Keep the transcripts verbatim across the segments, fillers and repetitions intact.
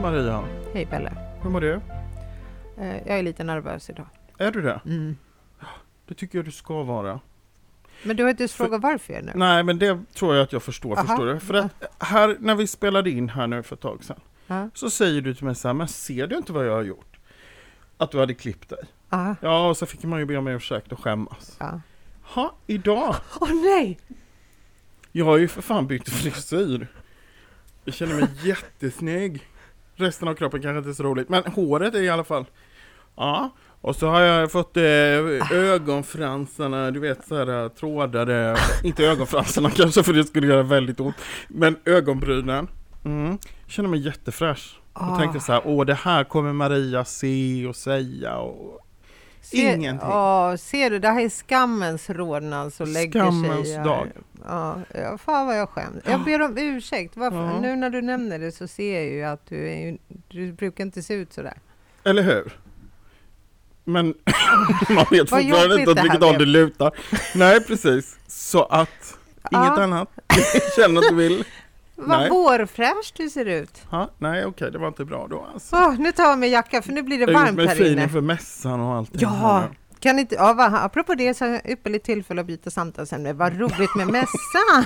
Maria. Hej Belle. Hur mår du? Eh, jag är lite nervös idag. Är du det? Mm. Det tycker jag du ska vara. Men du har inte för... frågat varför jag är nervös? Nej, men det tror jag att jag förstår. Aha. Förstår du? För att här, när vi spelade in här nu för ett tag sedan, Aha. så säger du till mig så här, men ser du inte vad jag har gjort? Att du hade klippt dig. Aha. Ja, och så fick man ju be om ursäkt och skämmas. Ja. Ha, idag? Åh oh, nej! Jag har ju för fan bytt frisyr. Jag känner mig jättesnygg. Resten av kroppen kanske inte är så roligt, men håret är i alla fall. Ja, och så har jag fått eh, ögonfransarna, du vet så här trådade, inte ögonfransarna kanske för det skulle göra väldigt ont, men ögonbrynen. Mm. Jag känner mig jättefräsch. Ah. Jag tänkte så här, åh det här kommer Maria se och säga och Se, ingenting. Åh, ser du, det här är skammens rodnad som lägger Skammens sig. dag. Ja, ja, fan vad jag skäms. Jag ber om ursäkt. Varför? Ja. Nu när du nämner det så ser jag ju att du, är ju, du brukar inte se ut sådär. Eller hur? Men man vet Vad fortfarande jobbigt inte åt det här vilket håll blev. det lutar. Nej, precis. Så att, inget Ja. annat. Känner att du vill. Vad Nej. vårfräsch du ser ut. Ha, nej, okej, det var inte bra då. Alltså. Åh, nu tar jag med jacka för nu blir det Jag har gjort varmt mig här fin inne. inför mässan och allt. Ja, kan inte, ja, va, apropå det så har jag ypperligt tillfälle att byta samtalsämne. Vad roligt med mässan!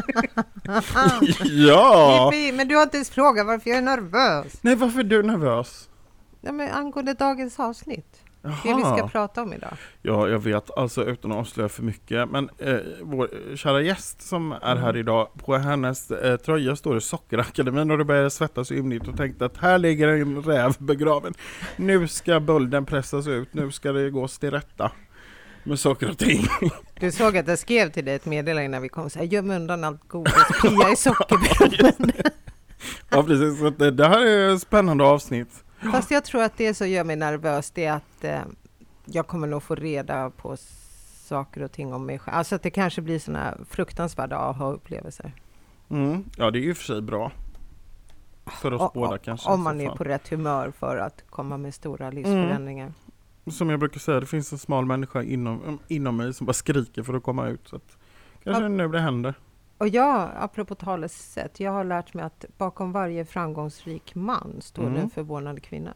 Ja! Men du har inte ens frågat varför jag är nervös. Nej, varför är du nervös? Ja, men angående dagens avsnitt. Jaha. Det vi ska prata om idag. Ja, jag vet, alltså utan att avslöja för mycket. Men eh, vår kära gäst som är här idag, på hennes eh, tröja står det Sockerakademin och det började svettas ymnigt och tänkte att här ligger en räv begraven. Nu ska bulden pressas ut, nu ska det gås till rätta med saker och ting. Du såg att jag skrev till dig ett meddelande när vi kom så här, göm undan allt godis, Pia i sockerbröden. Ja, precis. Så det, det här är ett spännande avsnitt. Fast jag tror att det som gör mig nervös det är att eh, jag kommer nog få reda på saker och ting om mig själv. Alltså att det kanske blir såna fruktansvärda aha-upplevelser. Mm. Ja, det är ju för sig bra. För oss O- båda o- kanske. Om man så är fan. på rätt humör för att komma med stora livsförändringar. Som jag brukar säga, det finns en smal människa inom, inom mig som bara skriker för att komma ut. Så att, kanske Ja. nu det händer. Och jag, apropå talesätt, jag har lärt mig att bakom varje framgångsrik man står Mm. en förvånad kvinna.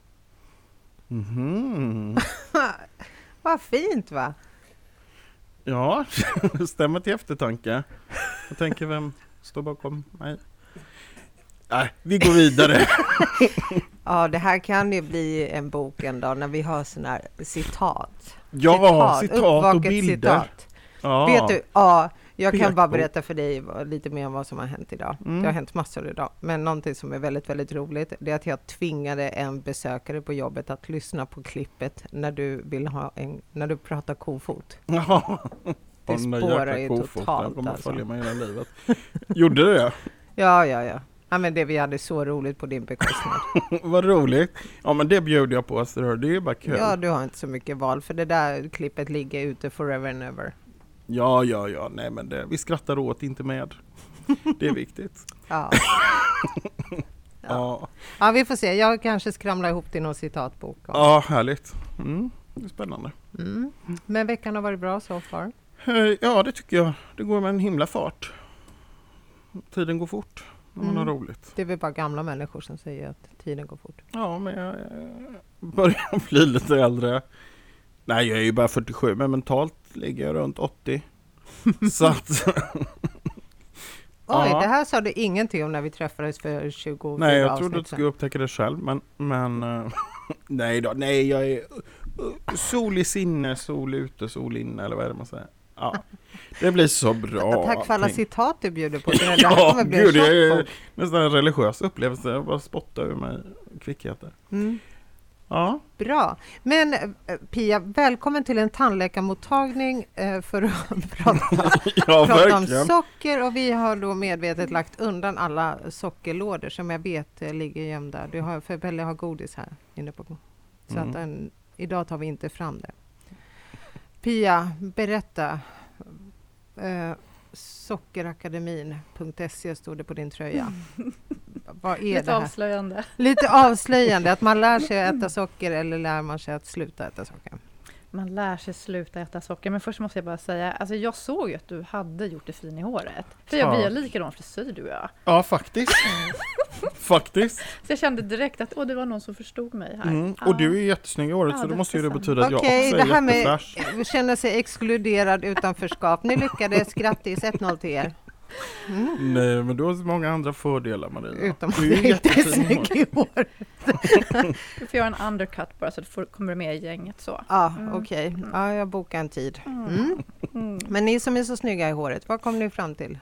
Mhm. Vad fint va? Ja, det stämmer till eftertanke. Jag tänker, vem står bakom mig? Nej, vi går vidare. Ja, det här kan ju bli en bok en dag när vi har såna här citat. Ja, citat, och uppvaket bilder. Citat. Ja. Vet du, ja, jag kan bara Pekbok. berätta för dig vad- lite mer om vad som har hänt idag. Mm. Det har hänt massor idag. Men någonting som är väldigt, väldigt roligt, det är att jag tvingade en besökare på jobbet att lyssna på klippet när du vill ha en, när du pratar kofot. Ja. Det Och den där spårar jäkla ju kofoten totalt, kommer alltså. följa mig hela livet. Gjorde du det? Ja, ja, ja. Ja, men det vi hade så roligt på din bekostnad. Vad roligt. Ja, men det bjöd jag på. Så det är ju bara kul. Ja, du har inte så mycket val, för det där klippet ligger ute forever and ever. Ja, ja, ja. Nej, men det, vi skrattar åt, inte med. Det är viktigt. Ja. Ja, Ja, vi får se. Jag kanske skramlar ihop till någon citatbok. ja härligt. Mm, det är spännande. Mm. Men veckan har varit bra så far. Eh, Ja, det tycker jag. Det går med en himla fart. Tiden går fort när man Mm. har roligt. Det är väl bara gamla människor som säger att tiden går fort. Ja, men jag eh, börjar bli lite äldre. Nej, jag är ju bara fyrtiosju, men mentalt ligger jag runt åttio. Så att... Oj, Ja. det här sa du ingenting om när vi träffades för tjugofyra Nej, jag avsnitt trodde att du sedan. skulle upptäcka det själv, men... men eh, nej då, nej, jag är uh, sol i sinne, sol ute, sol inne, eller vad är det man säger? Ja, det blir så bra. Tack för alla allting. citat du bjuder på. Det här Ja, kommer bli en gud, det är tjock bok. nästan en religiös upplevelse. Jag bara spottar ur mig kvickheter. Mm. Ja, Bra. Men eh, Pia, välkommen till en tandläkarmottagning eh, för att prata, ja prata om verkligen. socker. Och vi har då medvetet lagt undan alla sockerlådor som jag vet eh, ligger gömda. Du har, för Pelle har godis här inne på. Så Mm. att en, idag tar vi inte fram det. Pia, berätta. Eh, Sockerakademin punkt se stod det på din tröja. Vad är Lite det här? avslöjande. Lite avslöjande, att man lär sig att äta socker eller lär man sig att sluta äta socker. man lär sig sluta äta socker. Men först måste jag bara säga, alltså jag såg ju att du hade gjort det fin i håret. För jag, vi har likadan frisyr, du och jag. Ja, faktiskt. faktiskt. Så jag kände direkt att åh, det var någon som förstod mig här. Mm. Ja. Och du är jättesnygg i håret, Ja, så det det måste ju det sant. betyda att jag Okej, också det är här med jättefräsch. att känna sig exkluderad utanförskap. Ni lyckades, grattis, ett noll till er. Mm. Nej, men du har så många andra fördelar, Marina. Utom att du jag är inte är jättefin i snygg håret. i håret. Du får göra en undercut bara så att du får, kommer du med i gänget så. Ja, Mm. okej. Mm. Ja, jag bokar en tid. Mm. Mm. Mm. Men ni som är så snygga i håret, vad kom ni fram till?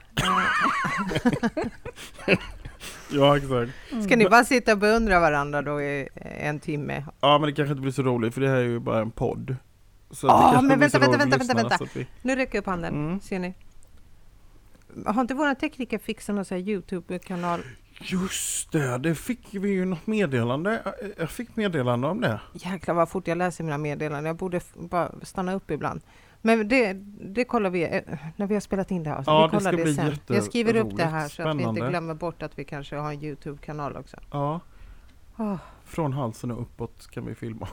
Ja, exakt. Ska ni bara sitta och beundra varandra då i en timme? Ja, men det kanske inte blir så roligt, för det här är ju bara en podd. Så Ah, det kanske men blir vänta, så vänta, roligt vänta, för vänta, lyssnarna, vänta. så att vi- Nu räcker jag upp handen, Mm. ser ni? Har inte våra tekniker fixat någon sån här YouTube-kanal? Just det, det fick vi ju något meddelande. Jag fick meddelande om det. Jäklar vad fort jag läser mina meddelanden. Jag borde f- bara stanna upp ibland. Men det, det kollar vi eh, när vi har spelat in det här. Så Ja, vi det kollar ska det bli sen. Jag skriver upp det här jätteroligt. så att vi inte Spännande. glömmer bort att vi kanske har en YouTube-kanal också. Ja, Oh. från halsen och uppåt kan vi filma.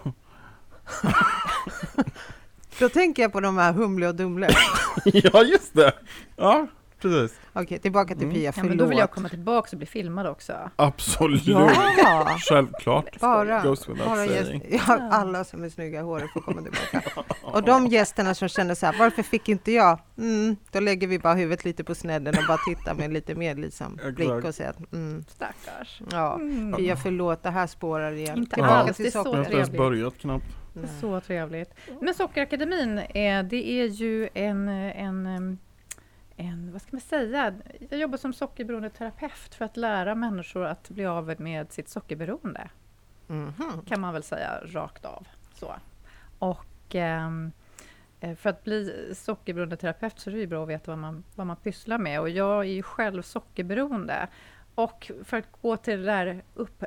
Då tänker jag på de här Humle och Dumle. Ja, just det. Ja, precis. Okej, tillbaka till Mm. Pia, Ja, förlåt. men då vill jag komma tillbaka och bli filmad också. Absolut. Ja, Självklart. bara, Goes without bara gäst, saying. ja, alla som är snygga i håret får komma tillbaka. Och de gästerna som känner så här, varför fick inte jag? Mm, då lägger vi bara huvudet lite på snedden och bara tittar med en lite medlidsam blick och säger att mm, Stackars. ja, Mm. Pia förlåt, det här spårar igen. Inte Tillbaka alls, till det är så Jag har socker. inte ens trevligt. börjat knappt. Nej. Så trevligt. Men Sockerakademin, eh, det är ju en, en, em, en, vad ska man säga? Jag jobbar som sockerberoende terapeut för att lära människor att bli av med sitt sockerberoende. Mhm. Kan man väl säga rakt av. Så. Och ehm, eh, för att bli sockerberoende terapeut så är det ju bra att veta vad man, vad man pysslar med. Och jag är ju själv sockerberoende. Och för att gå till det där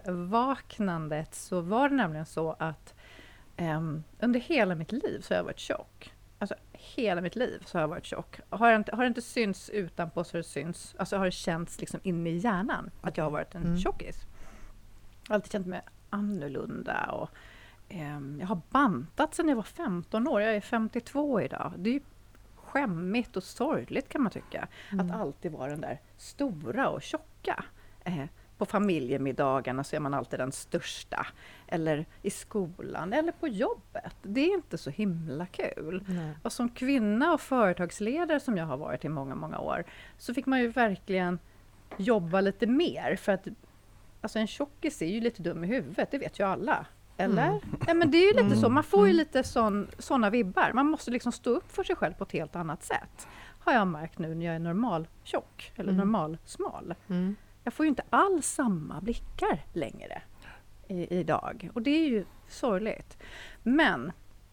uppvaknandet så var det nämligen så att Um, under hela mitt liv så har jag varit tjock. Alltså hela mitt liv så har jag varit tjock. Har det inte, har det inte synts utanpå så har det synts. Alltså har det känts liksom inne i hjärnan att jag har varit en Mm. tjockis. Jag har alltid känt mig annorlunda. Och, um, jag har bantat sedan jag var femton år. Jag är femtiotvå idag. Det är ju skämmigt och sorgligt kan man tycka. Mm. Att alltid vara den där stora och tjocka. Eh, På familjemiddagarna så är man alltid den största. Eller i skolan eller på jobbet. Det är inte så himla kul. Nej. Och som kvinna och företagsledare som jag har varit i många, många år. Så fick man ju verkligen jobba lite mer. För att alltså en tjockis är ju lite dum i huvudet. Det vet ju alla. Eller? Mm. Ja, men det är ju lite Mm. så. Man får ju Mm. lite sådana vibbar. Man måste liksom stå upp för sig själv på ett helt annat sätt. Har jag märkt nu när jag är normal tjock. Eller Mm. normal smal. Mm. Jag får ju inte alls samma blickar längre i, idag. Och det är ju sorgligt. Men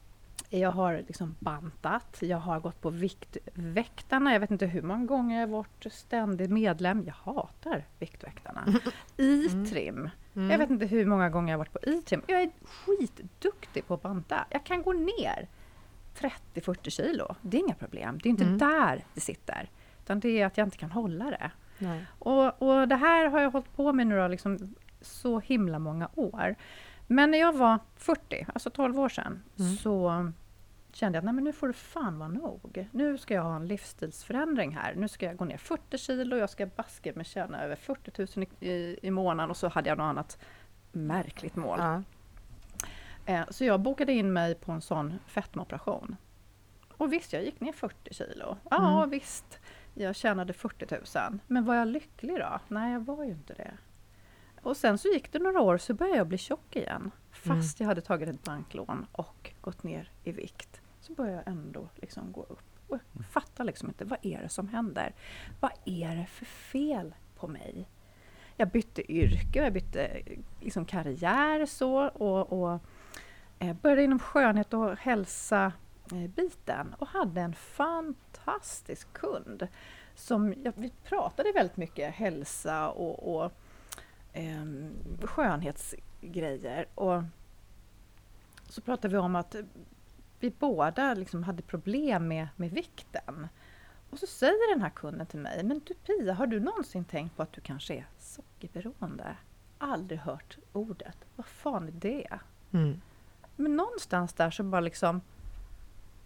jag har liksom bantat. Jag har gått på Viktväktarna. Jag vet inte hur många gånger jag har varit ständig medlem. Jag hatar Viktväktarna. I-trim. Mm. Jag vet inte hur många gånger jag har varit på I-trim. Jag är skitduktig på att banta. Jag kan gå ner trettio till fyrtio kilo. Det är inga problem. Det är inte Mm. där det sitter. Utan det är att jag inte kan hålla det. Nej. Och, och det här har jag hållit på med nu då, liksom så himla många år. Men när jag var fyrtio, alltså tolv år sedan, Mm. så kände jag att nej, men nu får det fan vara nog. Nu ska jag ha en livsstilsförändring här. Nu ska jag gå ner fyrtio kilo, jag ska baska mig tjäna över fyrtio tusen i, i, i månaden och så hade jag något annat märkligt mål. Ja. Eh, så jag bokade in mig på en sån fetmaoperation. Och visst, jag gick ner fyrtio kilo. Ja, Mm. visst. Jag tjänade fyrtio tusen. Men var jag lycklig då? Nej, jag var ju inte det. Och sen så gick det några år så började jag bli tjock igen. Fast jag hade tagit ett banklån och gått ner i vikt. Så började jag ändå liksom gå upp. Och jag fattar liksom inte, vad är det som händer? Vad är det för fel på mig? Jag bytte yrke och jag bytte liksom karriär så. Och, och eh, började inom skönhet och hälsa biten och hade en fantastisk kund som jag, vi pratade väldigt mycket hälsa och, och eh, skönhetsgrejer och så pratade vi om att vi båda liksom hade problem med, med vikten och så säger den här kunden till mig, men du Pia, har du någonsin tänkt på att du kanske är sockerberoende? Aldrig hört ordet, vad fan är det? Mm. Men någonstans där så bara liksom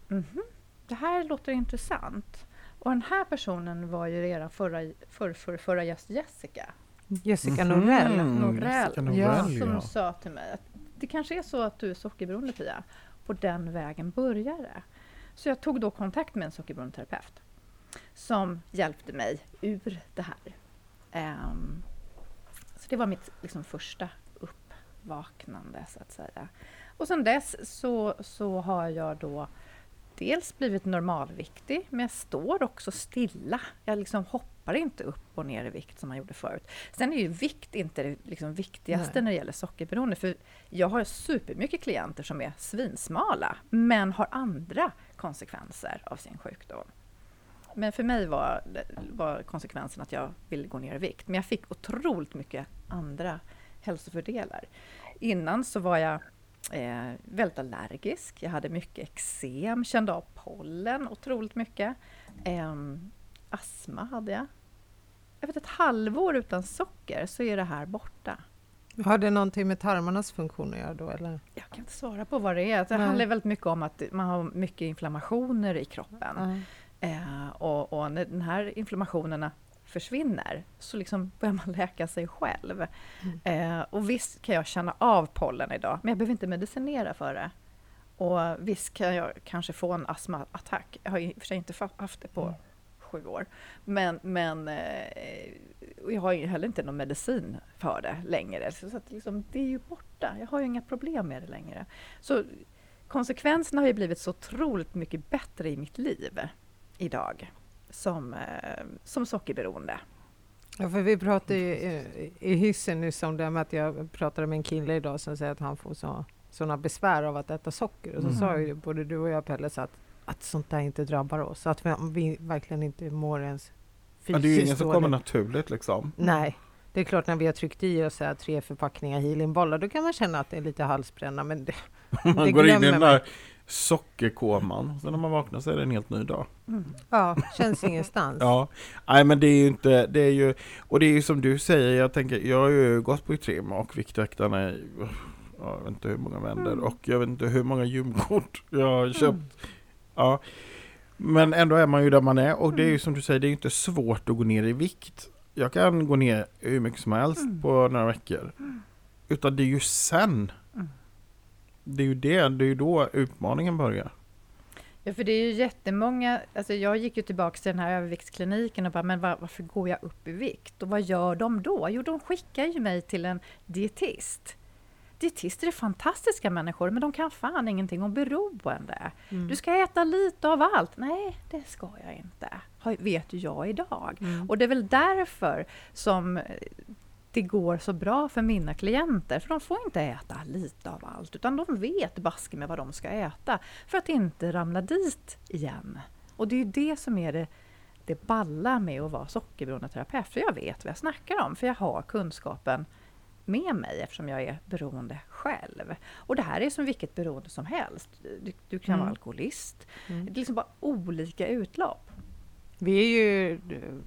Mhm. Det här låter intressant. Och den här personen var ju redan förra, för, för, förra gäst Jessica. Jessica Mhm. Norell. Norell, Jessica Norell, som ja. sa till mig att det kanske är så att du är sockerberoende, Pia. På den vägen börjar det. Så jag tog då kontakt med en sockerberoendeterapeut som hjälpte mig ur det här. Um, så det var mitt liksom, första uppvaknande, så att säga. Och sen dess så, så har jag då dels blivit normalviktig, men jag står också stilla. Jag liksom hoppar inte upp och ner i vikt som man gjorde förut. Sen är ju vikt inte det liksom viktigaste Nej. När det gäller sockerberoende. För jag har supermycket klienter som är svinsmala, men har andra konsekvenser av sin sjukdom. Men för mig var, var konsekvensen att jag ville gå ner i vikt. Men jag fick otroligt mycket andra hälsofördelar. Innan så var jag Eh, väldigt allergisk. Jag hade mycket eksem, kände av pollen otroligt mycket. Eh, astma hade jag. Efter ett halvår utan socker så är det här borta. Har det någonting med tarmarnas funktion att göra då? Eller? Jag kan inte svara på vad det är. Det Nej. handlar väldigt mycket om att man har mycket inflammationer i kroppen. Mm. Eh, och, och när den här inflammationerna försvinner så liksom börjar man läka sig själv. Mm. Eh, och visst kan jag känna av pollen idag, men jag behöver inte medicinera för det. Och visst kan jag kanske få en astmaattack. Jag har i och för sig inte haft det på mm. sju år. Men, men eh, jag har ju heller inte någon medicin för det längre. Så att liksom, det är ju borta. Jag har ju inga problem med det längre. Så konsekvenserna har ju blivit så otroligt mycket bättre i mitt liv idag. Som, eh, som sockerberoende. Ja, för vi pratade ju i, i hissen nyss om det med att jag pratade med en kille idag som säger att han får så, sådana besvär av att äta socker. Och så mm. sa ju både du och jag, Pelle, så att, att sånt där inte drabbar oss. Att vi, vi verkligen inte mår ens fysiskt. Men det är ju ingen som kommer naturligt liksom. Nej, det är klart när vi har tryckt i oss här, tre förpackningar healingbollar, då kan man känna att det är lite halsbränna. Men det, man det går in i den där sockerkoman. Sen när man vaknar så är det en helt ny dag. Mm. Ja, känns ingenstans. Ja, nej men det är ju inte, det är ju, och det är ju som du säger, jag tänker, jag har ju gått på Trim och Viktväktarna i, jag vet inte hur många vänder mm. och jag vet inte hur många gymkort jag har köpt. Mm. Ja, men ändå är man ju där man är och det är ju som du säger, det är ju inte svårt att gå ner i vikt. Jag kan gå ner hur mycket som helst mm. på några veckor. Mm. Utan det är ju sen. Mm. Det är ju det, det är ju då utmaningen börjar. Ja, för det är ju jättemånga, alltså jag gick ju tillbaka till den här överviktskliniken och bara, men var, varför går jag upp i vikt? Och vad gör de då? Jo, de skickar ju mig till en dietist. Dietister är fantastiska människor, men de kan fan ingenting om beroende. Mm. Du ska äta lite av allt. Nej, det ska jag inte. Vet ju jag idag. Mm. Och det är väl därför som det går så bra för mina klienter. För de får inte äta lite av allt. Utan de vet baske med vad de ska äta. För att inte ramla dit igen. Och det är ju det som är det, det balla med att vara sockerberoendeterapeut. För jag vet vad jag snackar om. För jag har kunskapen med mig eftersom jag är beroende själv. Och det här är som vilket beroende som helst. Du, du kan mm. vara alkoholist. Mm. Det är liksom bara olika utlopp. Vi är ju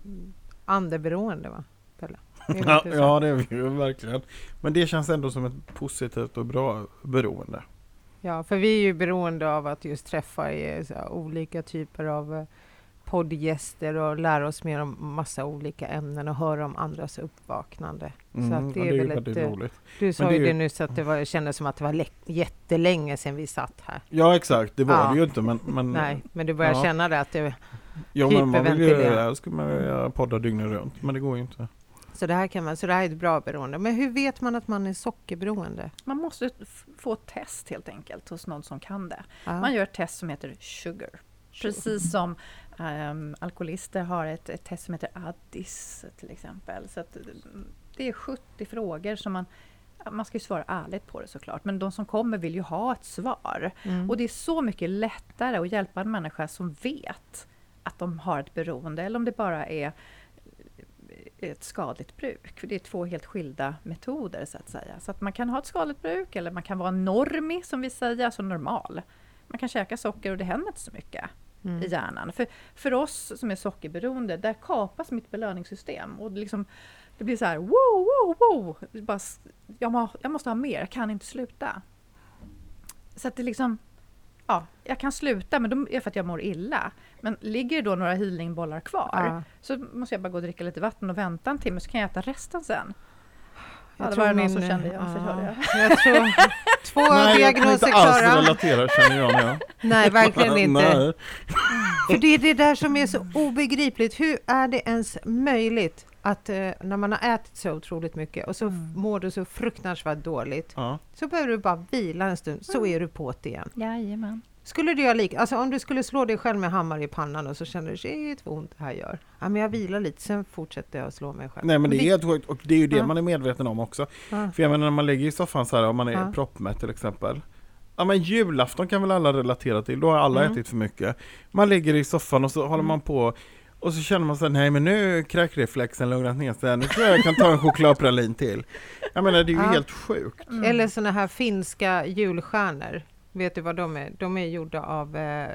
andeberoende, va? Pelle? Ja, ja, det är vi ju verkligen. Men det känns ändå som ett positivt och bra beroende. Ja, för vi är ju beroende av att just träffa i så här, olika typer av poddgäster och lära oss mer om massa olika ämnen och höra om andras uppvaknande. Mm, så att det, ja, är det är väl väldigt ett, roligt. Du sa Men ju det, det nyss att det var, kändes som att det var lä- jättelänge sedan vi satt här. Ja, exakt. Det var ja. det ju inte. Men, men, Nej, men du börjar ja. känna det att det ja, men man vill ju, jag ska man ju podda dygnet runt, men det går ju inte. Så det här kan man, så det här är ett bra beroende. Men hur vet man att man är sockerberoende? Man måste f- få ett test helt enkelt hos någon som kan det. Ja. Man gör ett test som heter Sugar. Precis som um, alkoholister har ett, ett test som heter Addis till exempel. Så att det är sjuttio frågor som man, man ska ju svara ärligt på det såklart. Men de som kommer vill ju ha ett svar. Mm. Och det är så mycket lättare att hjälpa en människa som vet att de har ett beroende. Eller om det bara är ett skadligt bruk. För det är två helt skilda metoder så att säga. Så att man kan ha ett skadligt bruk eller man kan vara normig som vi säger, alltså normal. Man kan käka socker och det händer inte så mycket mm. i hjärnan. För, för oss som är sockerberoende, där kapas mitt belöningssystem. Och det, liksom, det blir så här, wow, wow, wow. Det bara, jag, må, jag måste ha mer, jag kan inte sluta. Så att det liksom, ja, jag kan sluta, men då är det för att jag mår illa. Men ligger det då några healingbollar kvar Ja. så måste jag bara gå och dricka lite vatten och vänta en timme så kan jag äta resten sen. Ja, Jag det tror var det någon min- som kände igen sig, ja. hörde jag. Jag tror två Nej, jag kan diagnoser inte alls klara. relatera, känner jag nu. Nej, verkligen inte. Nej. För det är det där som är så obegripligt. Hur är det ens möjligt att eh, när man har ätit så otroligt mycket och så Mm. mår du så fruktansvärt dåligt, Ja. så behöver du bara vila en stund, så är du på det igen. Jajamän. Skulle du göra lika, alltså om du skulle slå dig själv med hammare i pannan och så känner du, shit vad ont det här gör. Ja, men jag vilar lite, sen fortsätter jag att slå mig själv. Nej, men det är helt sjukt, och det är ju det Ja. man är medveten om också. Ja. För jag menar, när man ligger i soffan så här, om man är Ja. proppmätt till exempel. Ja, men julafton kan väl alla relatera till, då har alla Mm. ätit för mycket. Man ligger i soffan och så håller Mm. man på och så känner man så här, nej men nu kräkreflexen lugnat ner sig, nu tror jag jag kan ta en chokladpralin till. Jag menar, det är ju Ja. helt sjukt. Mm. Eller såna här finska julstjärnor. Vet du vad de är? De är gjorda av eh,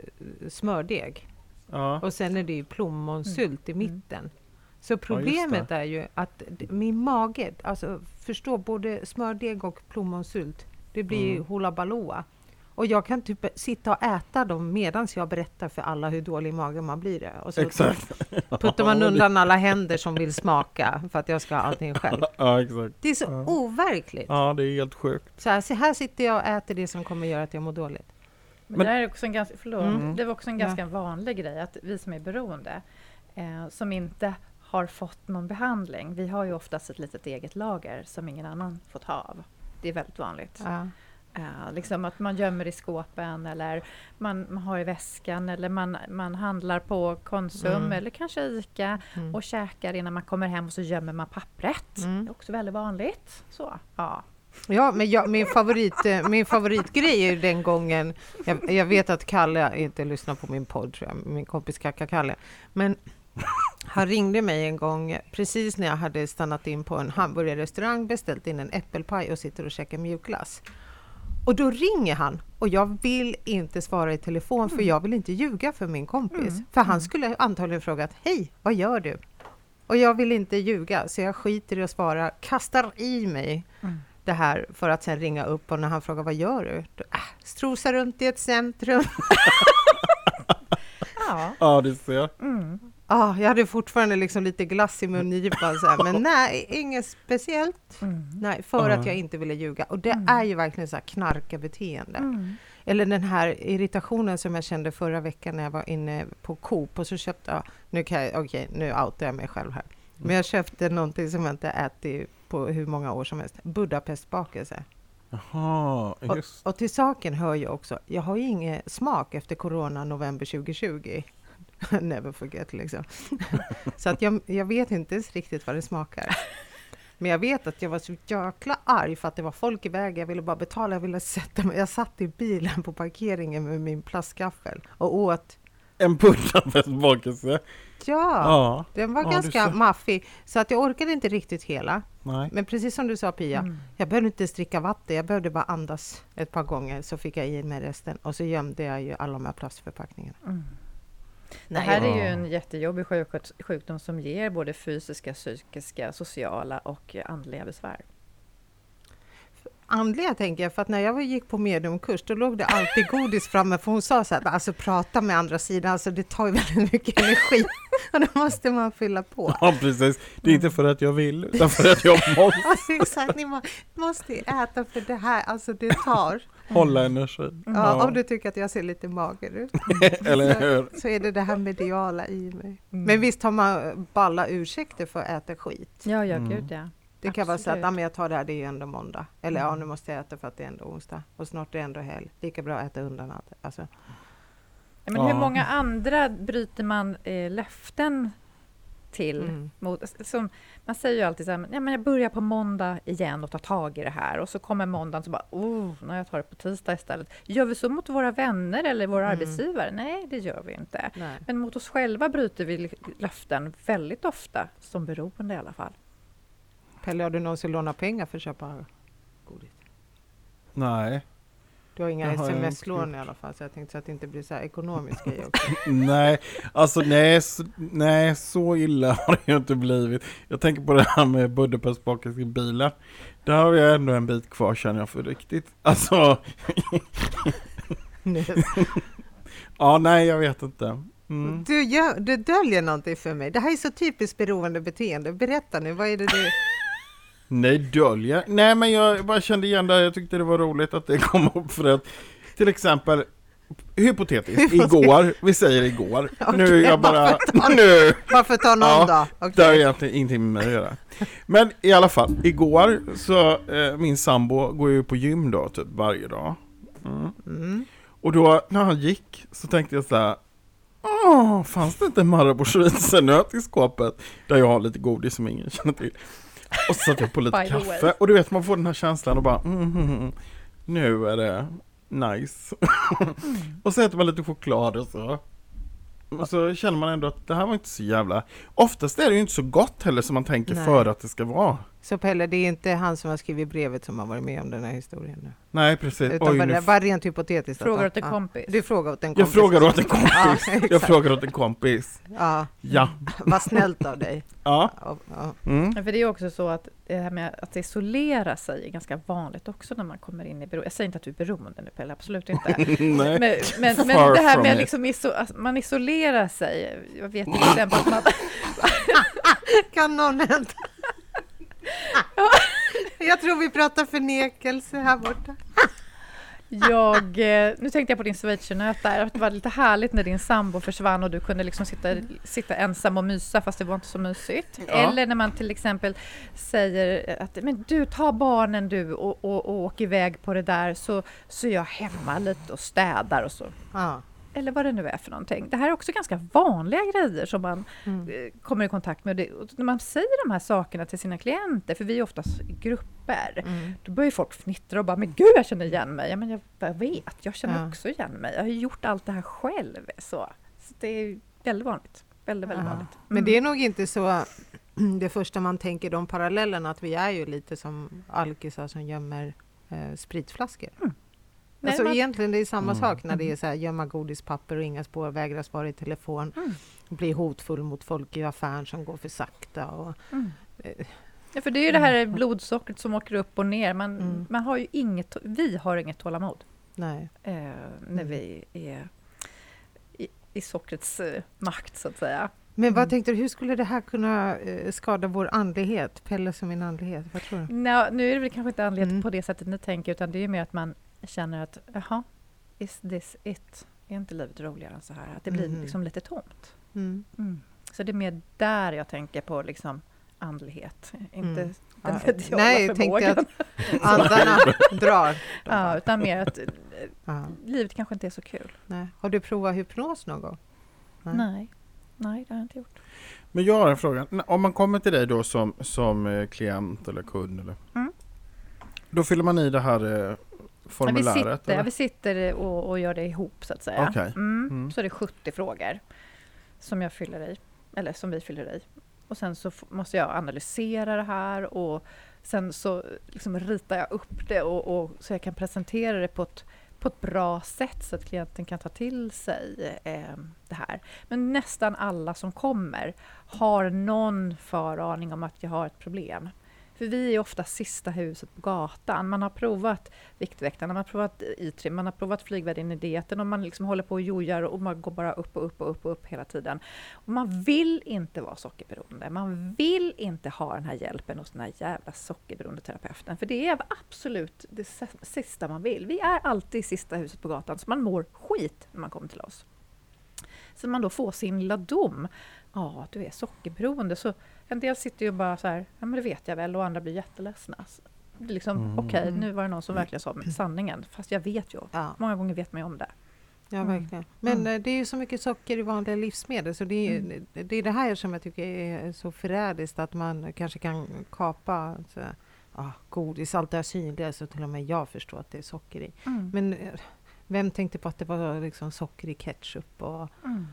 smördeg. Ja. Och sen är det ju plommonsylt i Mm. mitten. Så problemet är ju att d- min mage, alltså förstå, både smördeg och plommonsylt, det blir Mm. hula baloo. Och jag kan typ sitta och äta dem medan jag berättar för alla hur dålig mage man blir det. Och så Exakt. puttar man Ja, undan alla händer som vill smaka för att jag ska ha allting själv. Ja, exakt. Det är så Ja. overkligt. Ja, det är helt sjukt. Så här, så här sitter jag och äter det som kommer göra att jag mår dåligt. Men, Men- det, här är också en ganska, förlåt, Mm. det var också en Ja. ganska vanlig grej att vi som är beroende, eh, som inte har fått någon behandling, vi har ju oftast ett litet eget lager som ingen annan fått ha av. Det är väldigt vanligt. Ja. Eh, liksom att man gömmer i skåpen eller man, man har i väskan eller man, man handlar på Konsum Mm. eller kanske Ica Mm. och käkar innan man kommer hem och så gömmer man pappret. Mm. Det är också väldigt vanligt. Så, ja. Ja, men jag, min, favorit, eh, min favoritgrej är ju den gången, jag, jag vet att Kalle inte lyssnar på min podd, tror jag, min kompis Kaka Kalle, men han ringde mig en gång precis när jag hade stannat in på en hamburgerrestaurang, beställt in en äppelpaj och sitter och käkar mjukglass. Och då ringer han och jag vill inte svara i telefon för jag vill inte ljuga för min kompis. Mm. För han skulle antagligen frågat, hej, vad gör du? Och jag vill inte ljuga så jag skiter i att svara, kastar i mig Mm. det här för att sen ringa upp och när han frågar vad gör du? Då, äh, strosar runt i ett centrum. Ja. Ja, det ser. Mm. Ah, jag hade fortfarande liksom lite glass i mungipan så här, men nej, inget speciellt. Mm. Nej, för Ja. att jag inte ville ljuga. Och det Mm. är ju verkligen så här knarkarbeteende. Mm. Eller den här irritationen som jag kände förra veckan när jag var inne på Coop och så köpte jag, nu kan jag, okej, nu outar jag mig själv här. Men jag köpte någonting som jag inte ätit på hur många år som helst. Budapestbakelse. Jaha, Och, just. och till saken hör ju också, jag har ju ingen smak efter corona november tjugo tjugo. Never forget liksom. Så att jag, jag vet inte ens riktigt vad det smakar. Men jag vet att jag var så jäkla arg för att det var folk i vägen. Jag ville bara betala, jag ville sätta mig. Jag satt i bilen på parkeringen med min plastgaffel och åt. En Budapestbakelse. Ja, Ja. den var Ja, ganska du ser. maffig. Så att jag orkade inte riktigt hela. Nej. Men precis som du sa Pia, Mm. jag behövde inte dricka vatten. Jag behövde bara andas ett par gånger så fick jag i mig resten. Och så gömde jag ju alla de här plastförpackningarna. Mm. Det Nej, här är Ja. ju en jättejobbig sjuk- sjukdom som ger både fysiska, psykiska, sociala och andliga besvär. Andliga tänker jag, för att när jag gick på mediumkurs då låg det alltid godis framme, för hon sa så här, alltså prata med andra sidan, alltså det tar ju väldigt mycket energi och då måste man fylla på. Ja, precis. Det är inte för att jag vill, utan för att jag måste Alltså, exakt, ni må, måste äta för det här, alltså det tar. hålla energin. Ja, om du tycker att jag ser lite mager ut. Eller hur? Så, så är det det här mediala i mig. Mm. Men visst har man balla ursäkter för att äta skit. Ja, ja, Mm. gud ja. Det kan vara så att Absolut. ah, men jag tar det här, det är ju ändå måndag. Eller ja, Mm. nu måste jag äta för att det är ändå onsdag. Och snart är det ändå helg. Lika bra att äta undan allt. Alltså, Ja, men hur Ja. många andra bryter man eh, löften till? mm. Mot, som, man säger ju alltid så här, ja, men jag börjar på måndag igen och tar tag i det här. Och så kommer måndagen så bara, oh, när jag tar det på tisdag istället. Gör vi så mot våra vänner eller våra Mm. arbetsgivare? Nej, det gör vi inte. Nej. Men mot oss själva bryter vi löften väldigt ofta, som beroende i alla fall. Pelle, har du någonsin lånat pengar för att köpa godis? Nej. Du har inga Det har jag inte sms-lån gjort. i alla fall, så jag tänkte så att det inte blir så här ekonomisk grej också. Nej, alltså nej så, nej, så illa har det ju inte blivit. Jag tänker på det här med Budapestbakelse i bilen. Där har jag ändå en bit kvar, känner jag, för riktigt. Alltså, nu. Ja, nej, jag vet inte. Mm. Du, gör, du döljer någonting för mig. Det här är så typiskt beroende beteende. Berätta nu, vad är det du... Nej, dölja. Nej, men jag bara kände igen det. Jag tyckte det var roligt att det kom upp för att till exempel hypotetiskt, igår, vi säger igår. Okay, nu är jag bara... Varför ta, nu. varför ta någon ja, då? Okay. Det har egentligen ingenting med mig att göra. Men i alla fall, igår så eh, min sambo går ju på gym då typ varje dag. Mm. Mm. Och då när han gick så tänkte jag så här: åh, fanns det inte Marabou schweizernöt i skåpet där jag har lite godis som ingen känner till? Och så satte jag på lite kaffe. Och du vet, man får den här känslan och bara mm, mm, mm, nu är det nice. Mm. Och så äter man lite choklad och så. Och så känner man ändå att det här var inte så jävla... Oftast är det ju inte så gott heller som man tänker Nej. för att det ska vara. Så Pelle, det är inte han som har skrivit brevet som har varit med om den här historien nu? Nej, precis. Utan Oj, bara, nu... det var rent hypotetiskt. Frågar att, åt en ja. kompis. Du frågar åt en Jag kompis. frågar åt en kompis. Ja, jag exakt. frågar åt en kompis. Ja. Ja. Vad snällt av dig. Ja. Ja, ja. Mm. Ja, för det är också så att det här med att isolera sig är ganska vanligt också när man kommer in i beroende. Jag säger inte att du är beroende nu, Pelle, absolut inte. Nej. Men, men, men Far det här from med it. liksom iso- att man isolerar sig. Jag vet till exempel att man... Kan någon hämta? Jag tror vi pratar förnekelse här borta. Jag, eh, nu tänkte jag på din schweizernöt där. Det var lite härligt när din sambo försvann och du kunde liksom sitta, sitta ensam och mysa fast det var inte så mysigt. Ja. Eller när man till exempel säger att men du, ta barnen du och, och, och åk iväg på det där så, så är jag hemma lite och städar och så. Ja. Eller vad det nu är för någonting. Det här är också ganska vanliga grejer som man Mm. eh, kommer i kontakt med. Det, och när man säger de här sakerna till sina klienter, för vi är oftast i grupper, Mm. då börjar folk fnittra och bara, men gud jag känner igen mig. Ja, men jag, jag vet, jag känner Ja. också igen mig. Jag har gjort allt det här själv. Så, så det är väldigt vanligt. Väldigt, väldigt Ja. vanligt. Men det är nog inte så det första man tänker, de parallellerna, att vi är ju lite som alkisar som gömmer eh, spritflaskor. Mm. Nej, Alltså man- egentligen det är samma Mm. sak när det är så här, gömma godispapper och inga spår, vägra svara i telefon, Mm. bli hotfull mot folk i affären som går för sakta. Och, Mm. eh, Ja, för det är ju det här blodsockret som åker upp och ner. Man, Mm. man har ju inget, vi har inget tålamod nej. eh, när Mm. vi är i, i sockrets eh, makt så att säga. Men vad Mm. tänkte du, hur skulle det här kunna eh, skada vår andlighet? Pelle som min andlighet, vad tror du? Nå, nu är det väl kanske inte anledning Mm. på det sättet ni tänker, utan det är ju mer att man känner att jaha, is this it? Är inte livet roligare än så här? Att det blir Mhm. liksom lite tomt. Mm. Mm. Så det är mer där jag tänker på liksom andlighet, inte Mm. den Ja, mediala nej, jag tänkte förmågan. att andarna drar. Ja, utan mer att eh, Ja, livet kanske inte är så kul. nej. Har du provat hypnos någon gång? Nej. Nej. Nej, det har jag inte gjort. Men jag har en fråga. N- Om man kommer till dig då som, som eh, klient eller kund eller, Mm. då fyller man i det här eh, Ja, vi formuläret? sitter, ja, eller? vi sitter och, och gör det ihop så att säga. Okej. Mm. Mm. Så är det sjuttio frågor som jag fyller i, eller som vi fyller i. Och sen så f- måste jag analysera det här och sen så liksom ritar jag upp det och, och så jag kan presentera det på ett, på ett bra sätt så att klienten kan ta till sig eh, det här. Men nästan alla som kommer har någon föraning om att jag har ett problem. För vi är ofta sista huset på gatan. Man har provat Viktväktarna, man har provat I-trim, man har provat flygvärdinedieten och man liksom håller på och jojar och man går bara upp och upp och upp och upp hela tiden. Och man vill inte vara sockerberoende. Man vill inte ha den här hjälpen hos den här jävla sockerberoendeterapeuten. För det är absolut det sista man vill. Vi är alltid sista huset på gatan så man mår skit när man kommer till oss. Så man då får sin lilla dom. Ja, du är sockerberoende. Så en del sitter ju bara så här, ja men det vet jag väl, och andra blir jätteledsna. Så det är liksom, Mm. okej, okay, nu var det någon som verkligen sa sanningen. Fast jag vet ju, Ja, många gånger vet man ju om det. ja Mm. verkligen. Men Mm. eh, det är ju så mycket socker i vanliga livsmedel så det är, Mm. det är det här som jag tycker är så förrädiskt, att man kanske kan kapa så, ah, godis, allt det här synliga, så till och med jag förstår att det är socker i. Mm. Men eh, vem tänkte på att det var liksom socker i ketchup? Och, Mm.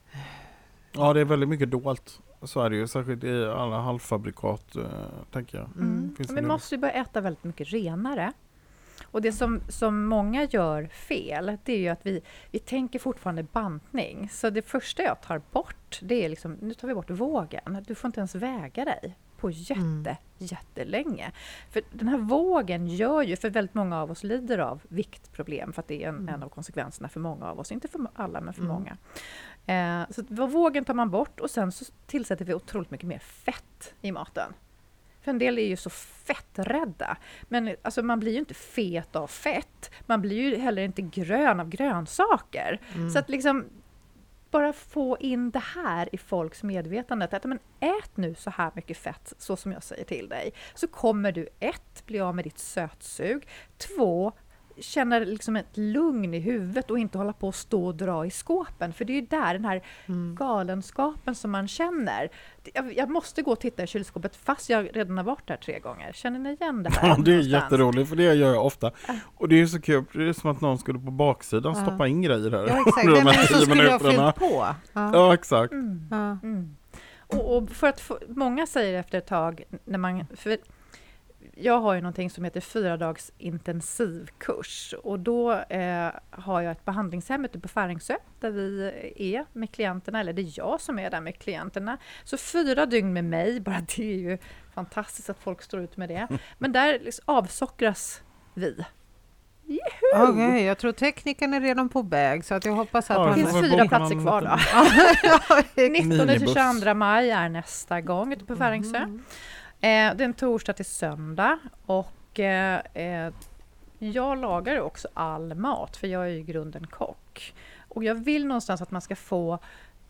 Ja, det är väldigt mycket dolt. Så är det ju, särskilt i alla halvfabrikat, eh, tänker jag. Mm. Finns det Vi nog- måste ju börja äta väldigt mycket renare. Och det som, som många gör fel, det är ju att vi, vi tänker fortfarande bantning. Så det första jag tar bort, det är liksom, nu tar vi bort vågen. Du får inte ens väga dig. på jätte, Mm. jättelänge. För den här vågen gör ju, för väldigt många av oss lider av viktproblem, för att det är en, Mm. en av konsekvenserna för många av oss, inte för alla men för Mm. många. Eh, så att vågen tar man bort och sen så tillsätter vi otroligt mycket mer fett i maten. För en del är ju så fetträdda. Men alltså, man blir ju inte fet av fett. Man blir ju heller inte grön av grönsaker. Mm. Så att liksom bara få in det här i folks medvetande. Att men, ät nu så här mycket fett, så som jag säger till dig. Så kommer du ett, bli av med ditt sötsug. Två, känna liksom ett lugn i huvudet och inte hålla på att stå och dra i skåpen. För det är ju där den här Mm. galenskapen som man känner. Jag, jag måste gå och titta i kylskåpet fast jag redan har varit där tre gånger. Känner ni igen det här? Ja, det är någonstans? jätteroligt, för det gör jag ofta. Och det är ju så kul, det är som att någon skulle på baksidan Ja. stoppa in grejer här. Ja, exakt. De Vem är här det som tio skulle ha minuterna. fyllt på? Ja. Ja, exakt. Mm. Ja. Mm. Och, och för att få, många säger efter ett tag, när man, för jag har ju någonting som heter fyra dags intensivkurs och då eh, har jag ett behandlingshem ute på Färingsö där vi är med klienterna, eller det är jag som är där med klienterna. Så fyra dygn med mig, bara det är ju fantastiskt att folk står ut med det. Men där liksom avsockras vi. Okej, okay, jag tror tekniken är redan på väg så att jag hoppas att Ja, Det han... finns får fyra boka platser någon kvar då. liten- nittonde till Minibus. tjugoandra maj är nästa gång ute på Färingsö. Mm. Eh, det är en torsdag till söndag och eh, eh, jag lagar ju också all mat för jag är ju i grunden kock. Och jag vill någonstans att man ska få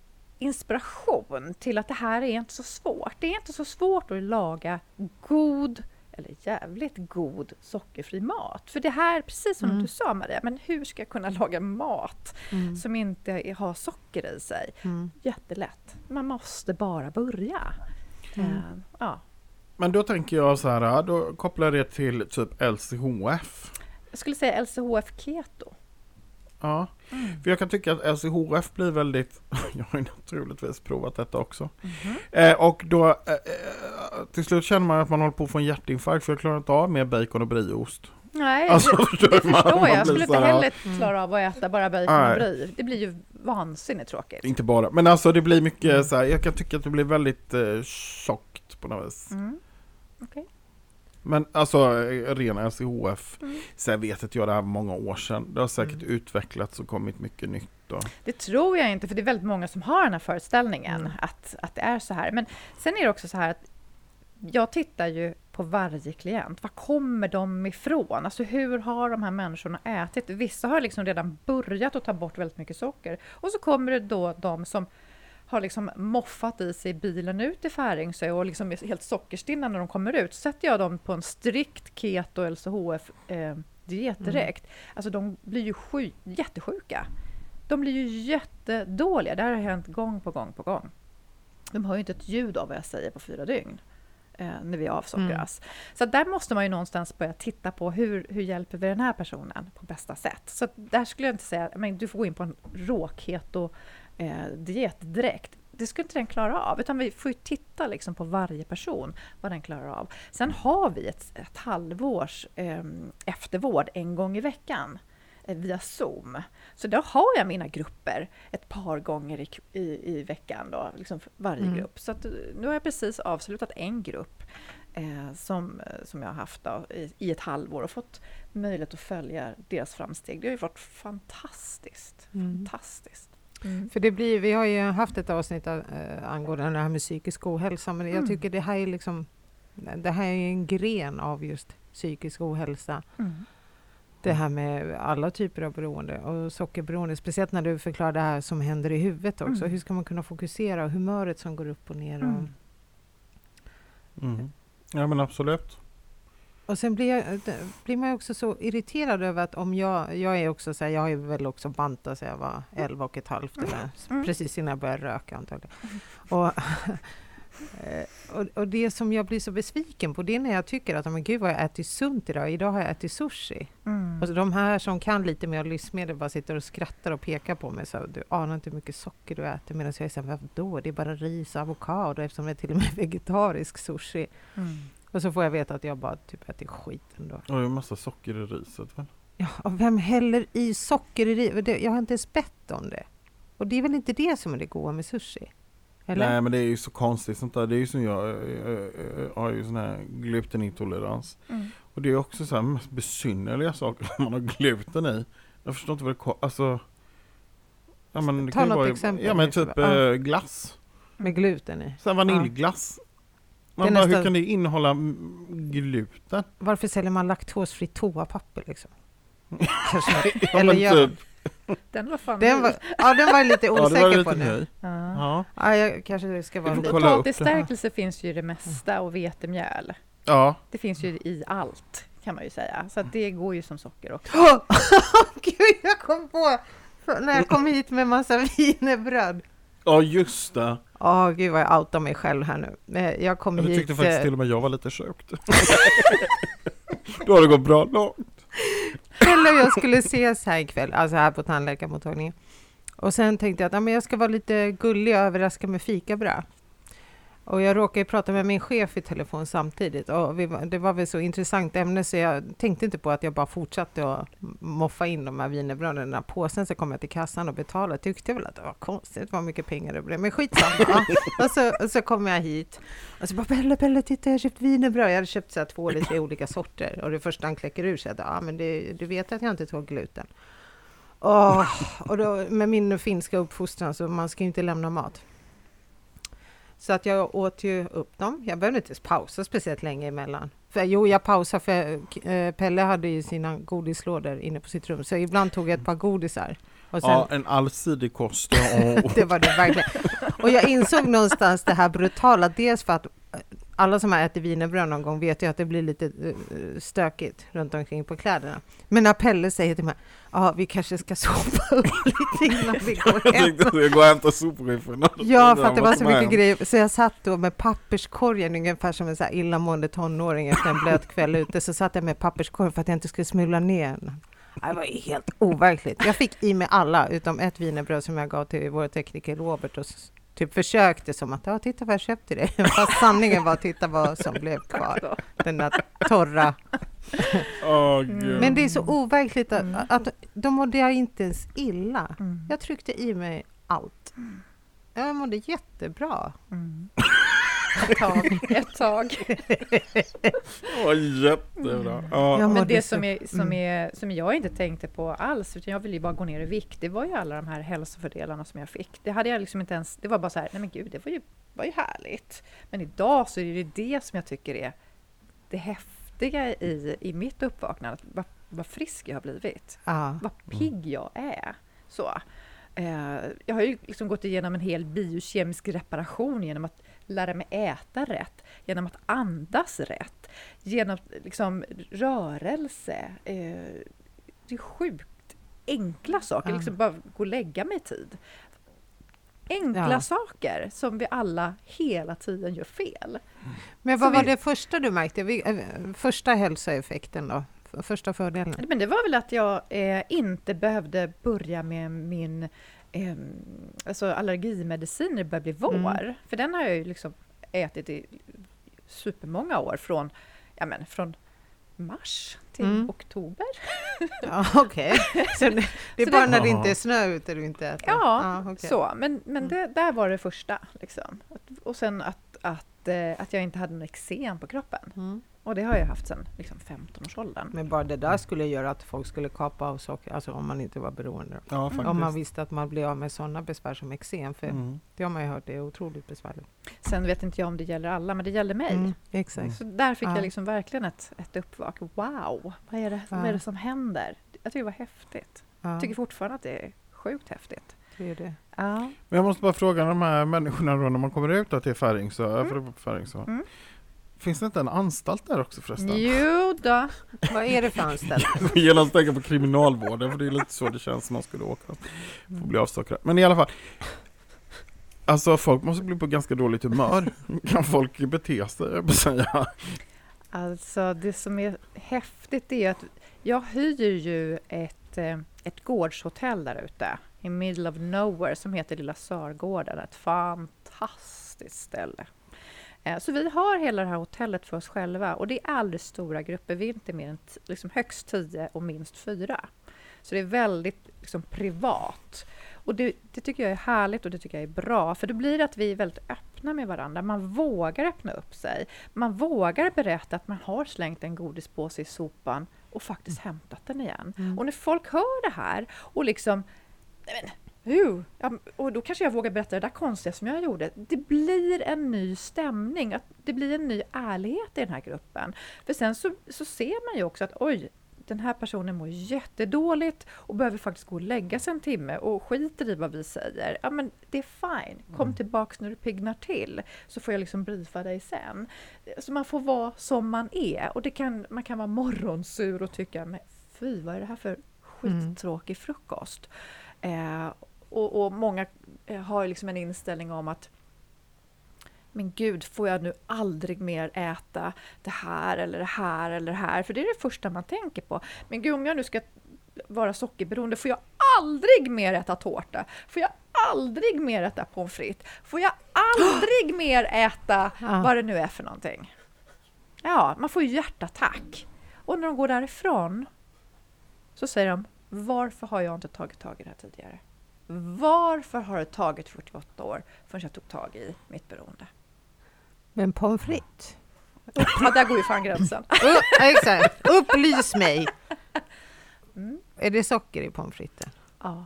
inspiration till att det här är inte så svårt. Det är inte så svårt att laga god eller jävligt god sockerfri mat. För det här, precis som Mm. du sa Maria, men hur ska jag kunna laga mat Mm. som inte har socker i sig? Mm. Jättelätt. Man måste bara börja. Mm. Eh, ja. Men då tänker jag så här, då kopplar det till typ L C H F. Jag skulle säga L C H F keto. Ja, Mm. för jag kan tycka att L C H F blir väldigt, jag har ju naturligtvis provat detta också. Mhm. Eh, och då eh, eh, till slut känner man att man håller på att få en hjärtinfarkt för jag klarar inte av mer bacon och brieost. Nej, Alltså, det, förstår det du, man- förstår man jag. Jag blir skulle så inte här- heller Mm. klara av att äta bara bacon Nej. och brie. Det blir ju vansinnigt tråkigt. Inte bara, men alltså det blir mycket Mm. så här, jag kan tycka att det blir väldigt eh, tjockt på något vis. Mm. Okej. Men alltså eh, rena L C H F, Mm. sen vet inte jag det här många år sedan. Det har säkert Mm. utvecklats och kommit mycket nytt. Och... Det tror jag inte, för det är väldigt många som har den här föreställningen Mm. att, att det är så här. Men sen är det också så här att jag tittar ju på varje klient. Var kommer de ifrån? Alltså hur har de här människorna ätit? Vissa har liksom redan börjat att ta bort väldigt mycket socker. Och så kommer det då de som har liksom moffat i sig bilen ut i Färingsö och liksom är helt sockerstinna när de kommer ut. Så sätter jag dem på en strikt keto L C H F eh, diet direkt. Alltså de blir ju sky- jättesjuka. De blir ju jättedåliga. Det här har hänt gång på gång på gång. De har ju inte ett ljud av vad jag säger på fyra dygn eh, när vi avsockras. Mm. Så där måste man ju någonstans börja titta på hur, hur hjälper vi den här personen på bästa sätt. Så där skulle jag inte säga, men du får gå in på en råketo eh, diet direkt. Det skulle inte den klara av, utan vi får ju titta liksom på varje person vad den klarar av. Sen har vi ett, ett halvårs eh, eftervård en gång i veckan eh, via Zoom. Så då har jag mina grupper ett par gånger i, i, i veckan då, liksom varje Mm. grupp. Så att, nu har jag precis avslutat en grupp eh, som, som jag har haft då, i, i ett halvår och fått möjlighet att följa deras framsteg. Det har ju varit fantastiskt. Mm. Fantastiskt. Mm. För det blir, vi har ju haft ett avsnitt äh, angående det här med psykisk ohälsa, men jag Mm. tycker det här är liksom, det här är en gren av just psykisk ohälsa. Mm. Det här med alla typer av beroende och sockerberoende, speciellt när du förklarar det här som händer i huvudet också. Mm. Hur ska man kunna fokusera och humöret som går upp och ner? Och, Mm. Mm. Ja men absolut. och sen blir, jag, blir man ju också så irriterad över att om jag, jag är också så här, jag har ju väl också bantat så jag var elva och ett halvt eller Mm. precis innan jag började röka antagligen. Och, och, och det som jag blir så besviken på, det är när jag tycker att, men gud vad jag ätit sunt idag, idag har jag ätit sushi. Mm. Och så de här som kan lite mer livsmedel bara sitter och skrattar och pekar på mig. Så du anar inte hur mycket socker du äter. Medan jag är så här, då? Det är bara ris och avokado eftersom det är till och med vegetarisk sushi. Mm. Och så får jag veta att jag bara typ äter skit ändå. Och det är en massa socker i riset väl? Ja, och vem häller i socker i riset? Jag har inte ens bett om det. Och det är väl inte det som är det goda med sushi? Eller? Nej, men det är ju så konstigt sånt där. Det är ju som jag, jag, jag, jag har ju sån här glutenintolerans. Mm. Och det är också så här mest besynnerliga saker man har gluten i. Jag förstår inte vad det ko- alltså ja, men det Ta kan ju något vara, exempel. ja men typ Ja. eh, glass. Med gluten i. Så här vaniljglass. Man Det är bara, nästan- hur kan det innehålla mm, gluten? Varför säljer man laktosfri toapapper liksom? Kanske något. Ja, Eller men gör typ. Den var fan Den var, ja, den var jag lite Ja, det var osäker lite på nu. ny. Ja. Ja. Ja, jag kanske ska vara Vi får lite... kolla upp det. Potatisstärkelse finns ju i det mesta och vetemjöl. Ja. Det finns ju i allt kan man ju säga. Så att det går ju som socker också. Gud, jag kom på för när jag kom hit med massa wienerbröd. Ja, just det. Ja, gud vad jag outar mig själv här nu. Eh, Jag kom Jag hit... tyckte faktiskt eh, till och med jag var lite sjukt. Då har det gått bra långt. Eller jag skulle ses här ikväll, alltså här på tandläkarmottagningen. Och sen tänkte jag att ja, men jag ska vara lite gullig och överraska med fikabröd. Och jag råkade prata med min chef i telefon samtidigt. Och vi, var- det var väl så intressant ämne så jag tänkte inte på att jag bara fortsatte att moffa in de här wienerbröden i den här påsen. Så kom jag till kassan och betalade. Tyckte väl att det var konstigt vad mycket pengar det blev. Men skitsamma. och, så, och så kom jag hit. Och så bara, Pelle, Pelle, titta jag har köpt wienerbröd. Jag hade köpt så här två eller tre olika sorter. Och det första han kläcker ur sig att ja, men det, du vet att jag inte tog gluten. Åh, och då, med min finska uppfostran så man ska ju inte lämna mat. Så att jag åt ju upp dem. Jag behövde inte pausa speciellt länge emellan. För, jo, jag pausade för eh, Pelle hade ju sina godislådor inne på sitt rum. Så ibland tog jag ett par godisar. Och sen, Ja, en allsidig kost. Ja. det var det verkligen. Och jag insåg någonstans det här brutala. Dels för att alla som har ätit wienerbröd någon gång vet ju att det blir lite uh, stökigt runt omkring på kläderna. Men när Pelle säger till mig, ja vi kanske ska sopa upp lite innan vi går Jag hem. tänkte att jag går och hämtar soporifferna. Ja, för att det var så mycket grejer. Så jag satt då med papperskorgen ungefär som en så här illamående tonåring efter en blöt kväll ute. Så satt jag med papperskorgen för att jag inte skulle smula ner den. Det var ju helt overkligt. Jag fick i mig alla utom ett wienerbröd som jag gav till vår tekniker Robert och s- typ försökte som att ja, titta vad jag köpte det. Fast sanningen var titta vad som blev kvar. Den där torra. Åh, gud. Men det är så overkligt att, Mm. att de mådde jag inte ens illa. Mm. Jag tryckte i mig allt. Jag mådde jättebra. Mm. Ett tag. Ett tag. Åh, jättebra. Ja. Jag Men mådde det så- som, är, som, mm. är, som jag inte tänkte på alls, utan jag ville ju bara gå ner i vikt, det var ju alla de här hälsofördelarna som jag fick. Det hade jag liksom inte ens, det var bara så här, nej men gud, det var ju, var ju härligt. Men idag så är det det som jag tycker är det häftiga i, i mitt uppvaknande, att vad, vad frisk jag har blivit. Ja. Vad pigg jag är. Så. Eh, jag har ju liksom gått igenom en hel biokemisk reparation genom att lära mig äta rätt, genom att andas rätt, genom liksom rörelse. Eh, det är sjukt enkla saker, Ja. liksom bara gå och lägga mig i tid. Enkla Ja. saker som vi alla hela tiden gör fel. Men Så vad var vi- det första du märkte? Vi- eh, Första hälsoeffekten då? F- Första fördelen? Men det var väl att jag eh, inte behövde börja med min eh, alltså allergimedicin när det började bli vår. Mm. För den har jag ju liksom ätit i supermånga år. Från, ja men, från mars till Mm. oktober. Ja, okej. Så det, det är Så bara det- när det inte är snö ute du inte äter? Ja, okej. så. Men, men Mm. det, där var det första. Liksom. Att, och sen att, att, eh, att jag inte hade någon eksem på kroppen. Mm. Och det har jag haft sedan liksom femton-årsåldern. Men bara det där skulle göra att folk skulle kapa av socker, alltså om man inte var beroende. Ja, faktiskt. Om man visste att man blir av med sådana besvär som eksem, för Mm. det har man ju hört, det är otroligt besvärligt. Sen vet inte jag om det gäller alla, men det gäller mig. Mm, exakt. Så där fick Ja. jag liksom verkligen ett, ett uppvak. Wow, vad är, det, vad är Ja. det som händer? Jag tycker det var häftigt. Ja, Jag tycker fortfarande att det är sjukt häftigt. det är det. Ja. Men jag måste bara fråga de här människorna då, när man kommer ut då till Färingsö, Mm. för det var på Färingsö. Mm. Finns det inte en anstalt där också förresten? Jo då. Vad är det för anställd? Jag vill genast tänka på kriminalvården, för det är lite så det känns som man skulle åka. Få bli avstockad. Men i alla fall. Alltså folk måste bli på ganska dåligt humör. Kan folk bete sig, jag vill säga. Alltså det som är häftigt är att jag hyr ju ett, eh, ett gårdshotell där ute i middle of nowhere som heter Lilla Sörgården. Ett fantastiskt ställe. Eh, Så vi har hela det här hotellet för oss själva och det är alldeles stora grupper. Vi är inte mer än t- liksom högst tio och minst fyra. Så det är väldigt liksom privat. Och det, det tycker jag är härligt och det tycker jag är bra. För det blir att vi är väldigt öppna med varandra. Man vågar öppna upp sig. Man vågar berätta att man har slängt en godispåse i sopan och faktiskt hämtat den igen. Mm. Och när folk hör det här och liksom... Nej men, Uh, ja, och då kanske jag vågar berätta det där konstiga som jag gjorde. Det blir en ny stämning. Att det blir en ny ärlighet i den här gruppen. För sen så, så ser man ju också att oj, den här personen mår jättedåligt och behöver faktiskt gå och lägga sig en timme och skiter i vad vi säger. Ja, men det är fine. Kom mm. tillbaks när du piggnar till, så får jag liksom briefa dig sen. Så man får vara som man är. Och det kan, man kan vara morgonsur och tycka, men fy, vad är det här för skittråkig mm. frukost? Eh, och, och många eh, har liksom en inställning om att men gud, får jag nu aldrig mer äta det här eller det här eller det här? För det är det första man tänker på. Men gud, om jag nu ska vara sockerberoende, får jag aldrig mer äta tårta? Får jag aldrig mer äta pommes frites? Får jag aldrig mer äta ja. vad det nu är för någonting? Ja, man får ju hjärtattack. Och när de går därifrån så säger de, varför har jag inte tagit tag i det här tidigare? Varför har det tagit fyrtioåtta år förrän jag tog tag i mitt beroende? Men pommes frites? Ja, där går ju fan gränsen. uh, exakt. Upplys mig. Mm. Är det socker i pommes fritesen? Ja.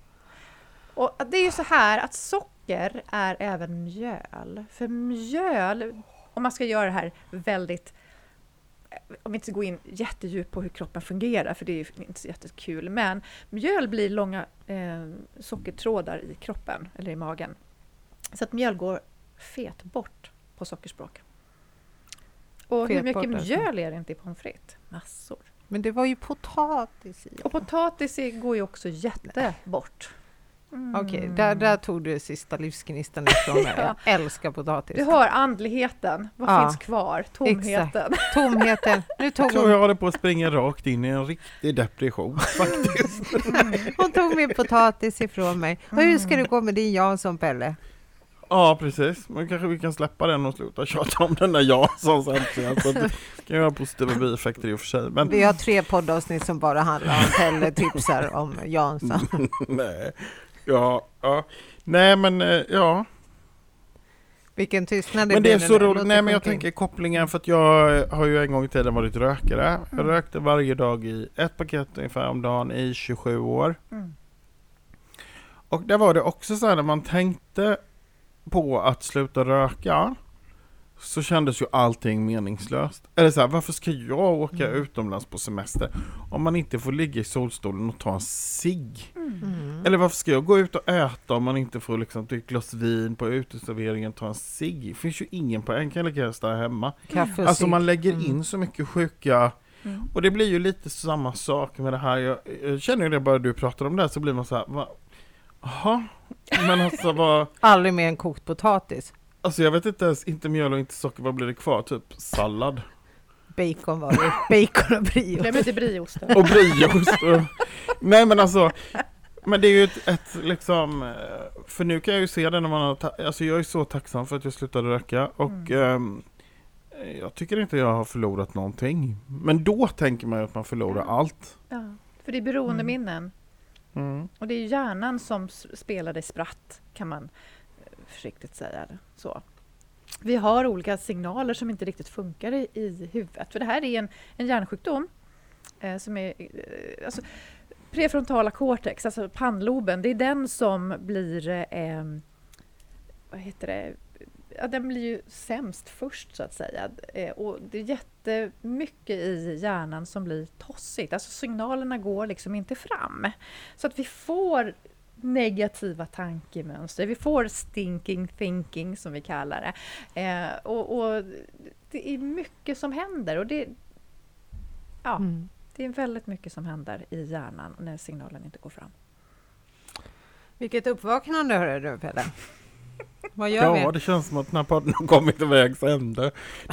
Och det är ju så här att socker är även mjöl. För mjöl, om man ska göra det här väldigt... Om vi inte ska gå in jättedjupt på hur kroppen fungerar, för det är inte så jättekul. Men mjöl blir långa eh, sockertrådar i kroppen eller i magen. Så att mjöl går fet bort på sockerspråk. Och fet hur mycket bort, mjöl alltså. Är det inte i pommes frites? Massor. Men det var ju potatis i. Och potatis går ju också jätte bort. Mm. Okej, okay, där, där tog du sista livsgnistan ifrån mig. Jag älskar potatis. Du har andligheten. Vad ja, finns kvar? Tomheten. Exakt. Tomheten. Nu tog jag tror hon... jag håller på att springa rakt in i en riktig depression faktiskt. Mm. Hon tog min potatis ifrån mig. Mm. Hur ska du gå med din Jansson, Pelle? Ja, precis. Men kanske vi kan släppa den och sluta tjata om den där Jansson sen. Så det kan ju ha positiva bieffekter i och för sig. Men... Vi har tre poddavsnitt som bara handlar om Pelle tipsar om Jansson. Nej. Ja, ja. Nej, men ja. Vilken tystnad det Men det är så roligt. Nej, men jag tänker kopplingen, för att jag har ju en gång i tiden varit rökare. Jag mm. rökte varje dag i ett paket ungefär om dagen i tjugosju år. Mm. Och där var det också så här, när man tänkte på att sluta röka, så kändes ju allting meningslöst. Eller så här, varför ska jag åka mm. utomlands på semester om man inte får ligga i solstolen och ta en cigg? Mm. Eller varför ska jag gå ut och äta om man inte får liksom ett glas vin på uteserveringen och ta en cigg? Det finns ju ingen poäng, kan lika gärna stå hemma. Kaffe alltså man lägger in mm. så mycket sjuka. Mm. Och det blir ju lite samma sak med det här. Jag, jag känner ju det, bara du pratar om det här så blir man så här, va? Jaha, men alltså vad... Aldrig med en kokt potatis. Alltså jag vet inte ens, inte mjöl och inte socker, vad blir det kvar? Typ sallad. Bacon var det. Bacon och briost. Glöm inte briosten. Och briost. Och... Nej men alltså, men det är ju ett, ett liksom, för nu kan jag ju se det när man har, ta- alltså jag är så tacksam för att jag slutade röka och mm. um, jag tycker inte jag har förlorat någonting. Men då tänker man ju att man förlorar ja. allt. Ja, för det är beroendeminnen. Mm. Mm. Och det är ju hjärnan som spelar dig spratt, kan man försiktigt säga så. Vi har olika signaler som inte riktigt funkar i, i huvudet. För det här är en, en hjärnsjukdom eh, som är eh, alltså, prefrontala cortex, alltså pannloben. Det är den som blir eh, vad heter det? Ja, den blir ju sämst först så att säga. Eh, och det är jättemycket i hjärnan som blir tossigt. Alltså signalerna går liksom inte fram. Så att vi får negativa tankemönster. Vi får stinking thinking som vi kallar det. Eh, och, och det är mycket som händer. Och det, ja, mm. det är väldigt mycket som händer i hjärnan när signalen inte går fram. Vilket uppvaknande hör du, Pelle. Vad gör ja, vi? Ja, det känns som att den här podden har kommit till vägs ände.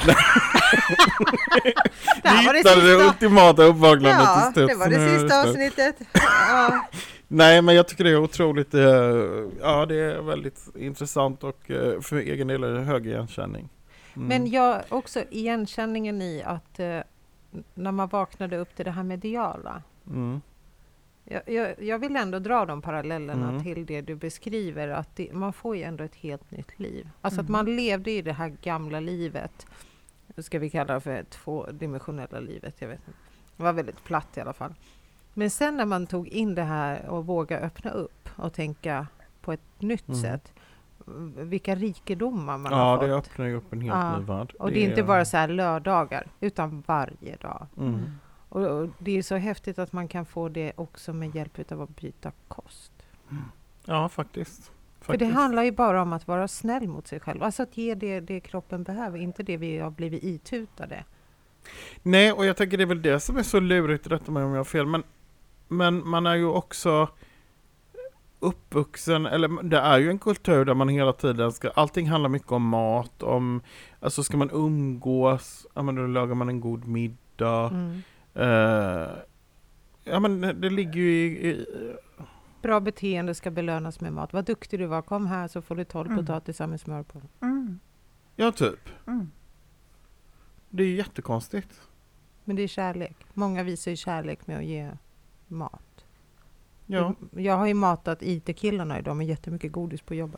det här var det sista. Det ultimata uppvaknandet ja, till slut. det var det sista avsnittet. Ja. Nej, men jag tycker det är otroligt, ja det är väldigt intressant och för egen del är det hög igenkänning. Mm. Men jag också igenkänningen i att när man vaknade upp till det här mediala. Mm. Jag, jag, jag vill ändå dra de parallellerna Mm. till det du beskriver. Att det, man får ju ändå ett helt nytt liv. Alltså Mm. att man levde i det här gamla livet. Nu ska vi kalla det för tvådimensionella livet. Jag vet inte. Det var väldigt platt i alla fall. Men sen när man tog in det här och vågade öppna upp och tänka på ett nytt Mm. sätt. Vilka rikedomar man Ja, har det fått. öppnar ju upp en helt Ja. ny värld. Och det är inte bara så här lördagar utan varje dag. Mm. Mm. Och, och det är så häftigt att man kan få det också med hjälp av att byta kost. Ja, faktiskt. För det faktiskt. handlar ju bara om att vara snäll mot sig själv. Alltså att ge det, det kroppen behöver, inte det vi har blivit itutade. Nej, och jag tänker det är väl det som är så lurigt, rätta mig om jag har fel, men, men man är ju också uppvuxen, eller det är ju en kultur där man hela tiden ska, allting handlar mycket om mat, om, alltså ska man umgås, ja men då lagar man en god middag, Mm. eh, ja men det ligger ju i, i Bra beteende ska belönas med mat. Vad duktig du var, kom här så får du tolv Mm. potatisar med smör på. Mm. ja typ, Mm. det är ju jättekonstigt. Men det är kärlek. Många visar ju kärlek med att ge mat. Ja. Jag har ju matat I T-killarna idag med jättemycket godis på jobbet.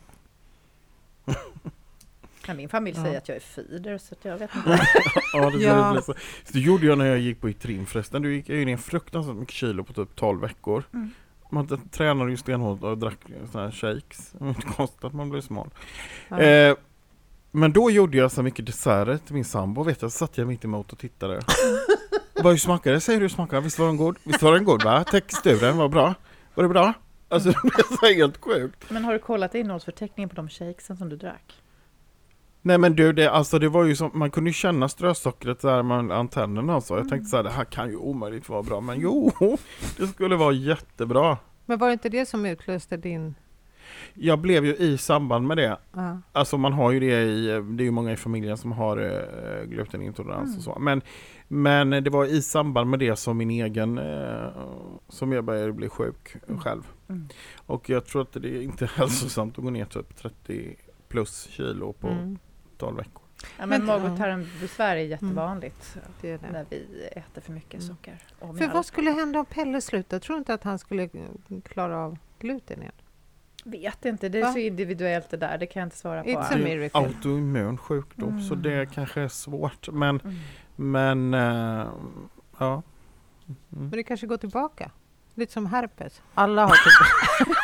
Ja, min familj Ja. säger att jag är feeder, så att jag vet inte. Ja, det, Ja. blir så. Så det gjorde jag när jag gick på Itrim förresten. Du gick jag in i en fruktansvärt mycket kilo på typ tolv veckor. Mm. Man t- tränade ju stenhårt och drack såna här shakes. Det var inte konstigt att man blev smal. Ja. Eh, men då gjorde jag så mycket desserter till min sambo. Vet jag, så satt jag mitt emot och tittade. Vad hur smakade det? Säger du smakade? Visst var den god? Visst var den god, va? Texturen var bra. Var det bra? Alltså det blev så helt sjukt. Men har du kollat innehållsförteckningen på de shakesen som du drack? Nej men du, det, alltså det var ju som, man kunde ju känna strösockret där med antennerna och så. Jag tänkte så här, det här kan ju omöjligt vara bra. Men jo, det skulle vara jättebra. Men var det inte det som utlöste din... Jag blev ju i samband med det. Ja. Alltså man har ju det i, det är ju många i familjen som har eh, glutenintolerans Mm. och så. Men, men det var i samband med det som min egen, eh, som jag började bli sjuk Mm. själv. Mm. Och jag tror att det är inte hälsosamt att gå ner typ trettio plus kilo på Mm. tolv veckor. Ja, men Men- magtarmbesvär är jättevanligt Det är det. när vi äter för mycket Mm. socker och För mjölk. vad skulle hända om Pelle slutade? Tror du inte att han skulle eh, klara av gluten igen? Vet inte, det är Va? så individuellt det där, det kan jag inte svara på. It's a Det är miracle. autoimmun sjukdom, Mm. så det kanske är svårt. Men, Mm. men äh, ja. Mm. Men det kanske går tillbaka. Lite som herpes. Alla har typ...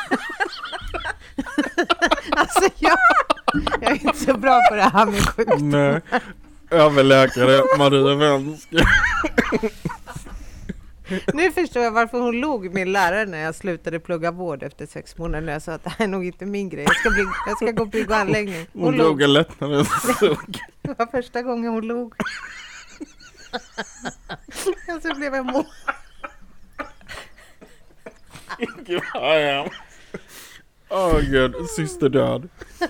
alltså jag, jag är inte så bra på det här med sjukdom. Nej. Överläkare Maria Wenske. Nu förstår jag varför hon log, min lärare, när jag slutade plugga vård efter sex månader. När jag sa att det här är nog inte min grej. Jag ska, bli, jag ska gå bygg och anläggning. Hon Hon drog log. en lättnadens suck. Det var första gången hon log. Och så blev jag må. Gud vad jag är. Åh gud, syster död.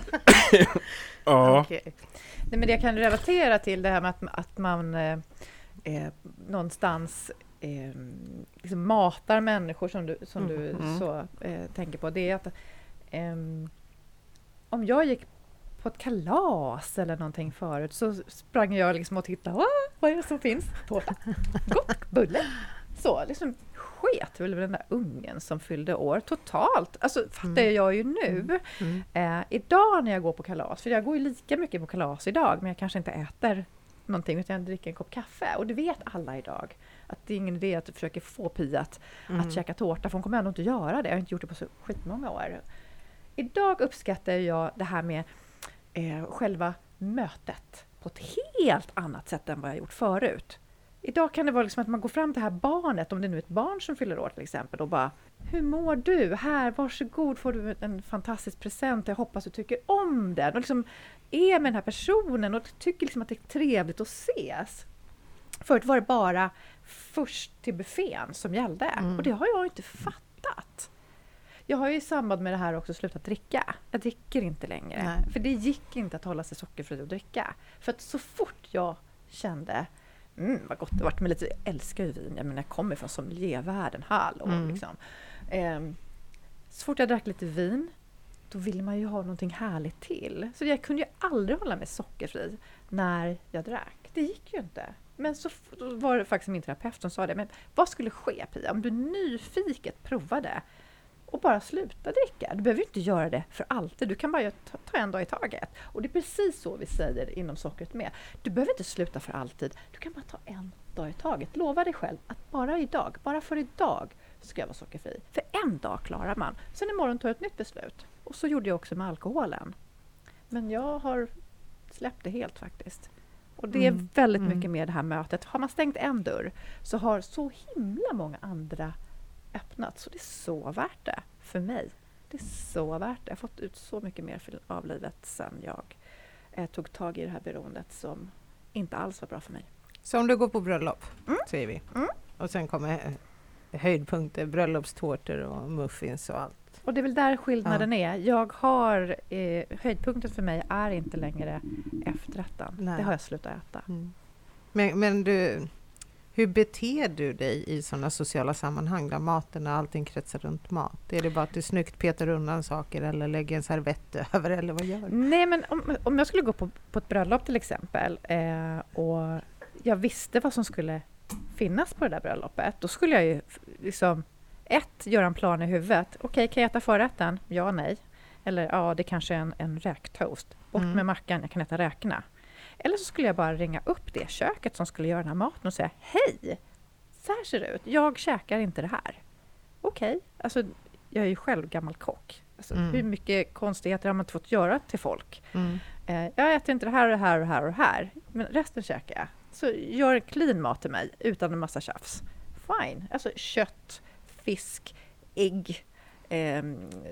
Ja. Okej. Nej, men jag kan relatera till det här med att, att man eh, eh, någonstans eh, liksom matar människor som du, som du Mm. så eh, tänker på. Det är att eh, om jag gick på ett kalas eller någonting förut så sprang jag liksom och tittade. Åh, vad är det som finns? Tårta. Gott, bulle. Så liksom sket väl den där ungen som fyllde år totalt. Alltså fattar Mm. jag ju nu. Mm. Eh, idag när jag går på kalas, för jag går ju lika mycket på kalas idag, men jag kanske inte äter någonting utan jag dricker en kopp kaffe. Och det vet alla idag. Att det är ingen idé att du försöker få Pia att, Mm. att käka tårta, för hon kommer ändå inte göra det. Jag har inte gjort det på så skitmånga år. Idag uppskattar jag det här med eh, själva mötet på ett helt annat sätt än vad jag gjort förut. Idag kan det vara liksom att man går fram till det här barnet, om det nu är ett barn som fyller år till exempel, och bara, hur mår du? Här, varsågod, får du en fantastisk present. Jag hoppas du tycker om den. Och liksom är med den här personen och tycker liksom att det är trevligt att ses. Förut var det bara först till buffén som gällde. Mm. Och det har jag inte fattat. Jag har ju i samband med det här också slutat dricka. Jag dricker inte längre. Nej. För det gick inte att hålla sig sockerfri och dricka. För att så fort jag kände Mm, vad gott det varit, men lite, jag älskar ju vin. Jag menar, jag kommer från sommeliervärlden, hallå, Mm. liksom. Ehm, så fort jag drack lite vin, då vill man ju ha någonting härligt till. Så jag kunde ju aldrig hålla mig sockerfri när jag drack. det gick ju inte. Men så f- då var det faktiskt min terapeut som sa det. Men vad skulle ske, Pia, om du nyfiket provade och bara sluta dricka? Du behöver ju inte göra det för alltid. Du kan bara ta, ta en dag i taget. Och det är precis så vi säger inom sockret med. Du behöver inte sluta för alltid. Du kan bara ta en dag i taget. Lova dig själv att bara idag, bara för idag ska jag vara sockerfri. För en dag klarar man. Sen imorgon tar jag ett nytt beslut. Och så gjorde jag också med alkoholen. Men jag har släppt det helt faktiskt. Och det är Mm. väldigt Mm. mycket med det här mötet. Har man stängt en dörr så har så himla många andra öppnat. Så det är så värt det för mig. Det är så värt det. Jag har fått ut så mycket mer av livet sen jag eh, tog tag i det här beroendet som inte alls var bra för mig. Så om du går på bröllop, Mm. säger vi. Mm. Och sen kommer eh, höjdpunkter, bröllopstårtor och muffins och allt. Och det är väl där skillnaden är. Jag har, eh, höjdpunkten för mig är inte längre efterrätten. Nej. Det har jag slutat äta. Mm. Men, men du, hur beter du dig i sådana sociala sammanhang där maten och allting kretsar runt mat? Är det bara att du snyggt petar undan saker eller lägger en servett över eller vad gör du? Nej, men om, om jag skulle gå på, på ett bröllop till exempel eh, och jag visste vad som skulle finnas på det där bröllopet, då skulle jag ju liksom ett, göra en plan i huvudet. Okej, okay, kan jag äta förrätten? Ja, nej. Eller ja, det kanske är en, en räktoast. Bort Mm. med mackan, jag kan äta räkorna. Eller så skulle jag bara ringa upp det köket som skulle göra den här maten och säga hej, så här ser det ut. Jag käkar inte det här. Okej, okay. Alltså jag är ju själv gammal kock. Alltså, Mm. hur mycket konstigheter har man inte fått göra till folk? Mm. Eh, jag äter inte det här och det här och det här och det här. Men resten käkar jag. Så gör clean mat till mig utan en massa tjafs. Fine. Alltså kött, fisk, ägg, eh,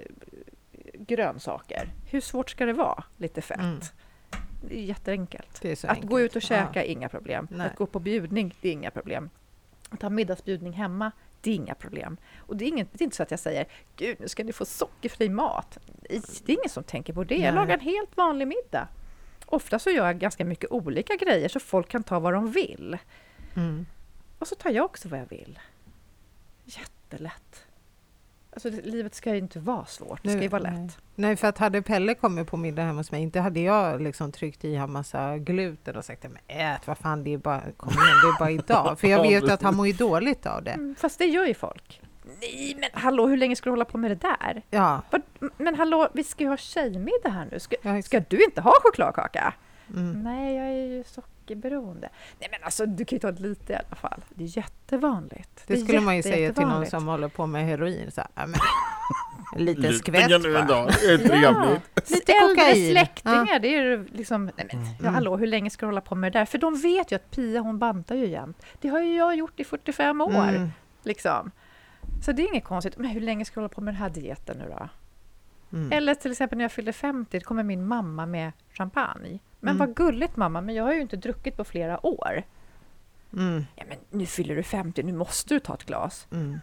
grönsaker. Hur svårt ska det vara? Lite fett. Mm. Det är jätteenkelt. Det är så Att enkelt. gå ut och käka Ja. är inga problem. Nej. Att gå på bjudning, det är inga problem. Att ha middagsbjudning hemma, det är inga problem. Och det är, inget, det är inte så att jag säger, gud nu ska ni få sockerfri mat. Det är ingen som tänker på det. Jag Nej. lagar en helt vanlig middag. Ofta så gör jag ganska mycket olika grejer så folk kan ta vad de vill. Mm. Och så tar jag också vad jag vill. Jättelätt. Alltså det, livet ska ju inte vara svårt, det ska ju vara lätt. Nej. Nej, för att hade Pelle kommit på middag hemma hos mig, inte hade jag liksom tryckt i han massa gluten och sagt, men ät, vad fan, det är bara, kom igen, det är bara idag. För jag vet att han mår ju dåligt av det. Mm, fast det gör ju folk. Nej, men hallå, hur länge ska du hålla på med det där? Ja. Vad, men hallå, vi ska ju ha tjejmiddag här nu. Ska, Ja, ska du inte ha chokladkaka? Mm. Nej, jag är ju sockerberoende. Nej, men alltså, du kan ju ta lite i alla fall. Det är jättevanligt. Det är skulle man ju jätte, säga till någon jättevanligt. som håller på med heroin. Så här, ja, men, en liten Lite skvätt kan du bara. ändå. Det är trevligt. Lite äldre kokain. släktingar, Ja. det är ju liksom, nej men, ja, hallå, hur länge ska du hålla på med det där? För de vet ju att Pia, hon bantar ju jämt. Det har ju jag gjort i fyrtiofem år. Mm. Liksom. Så det är inget konstigt. Men hur länge ska du hålla på med den här dieten nu då? Mm. Eller till exempel när jag fyllde femtio, då kommer min mamma med champagne. Men Mm. vad gulligt mamma, men jag har ju inte druckit på flera år. Mm. Ja, men nu fyller du femtio, nu måste du ta ett glas. Mm.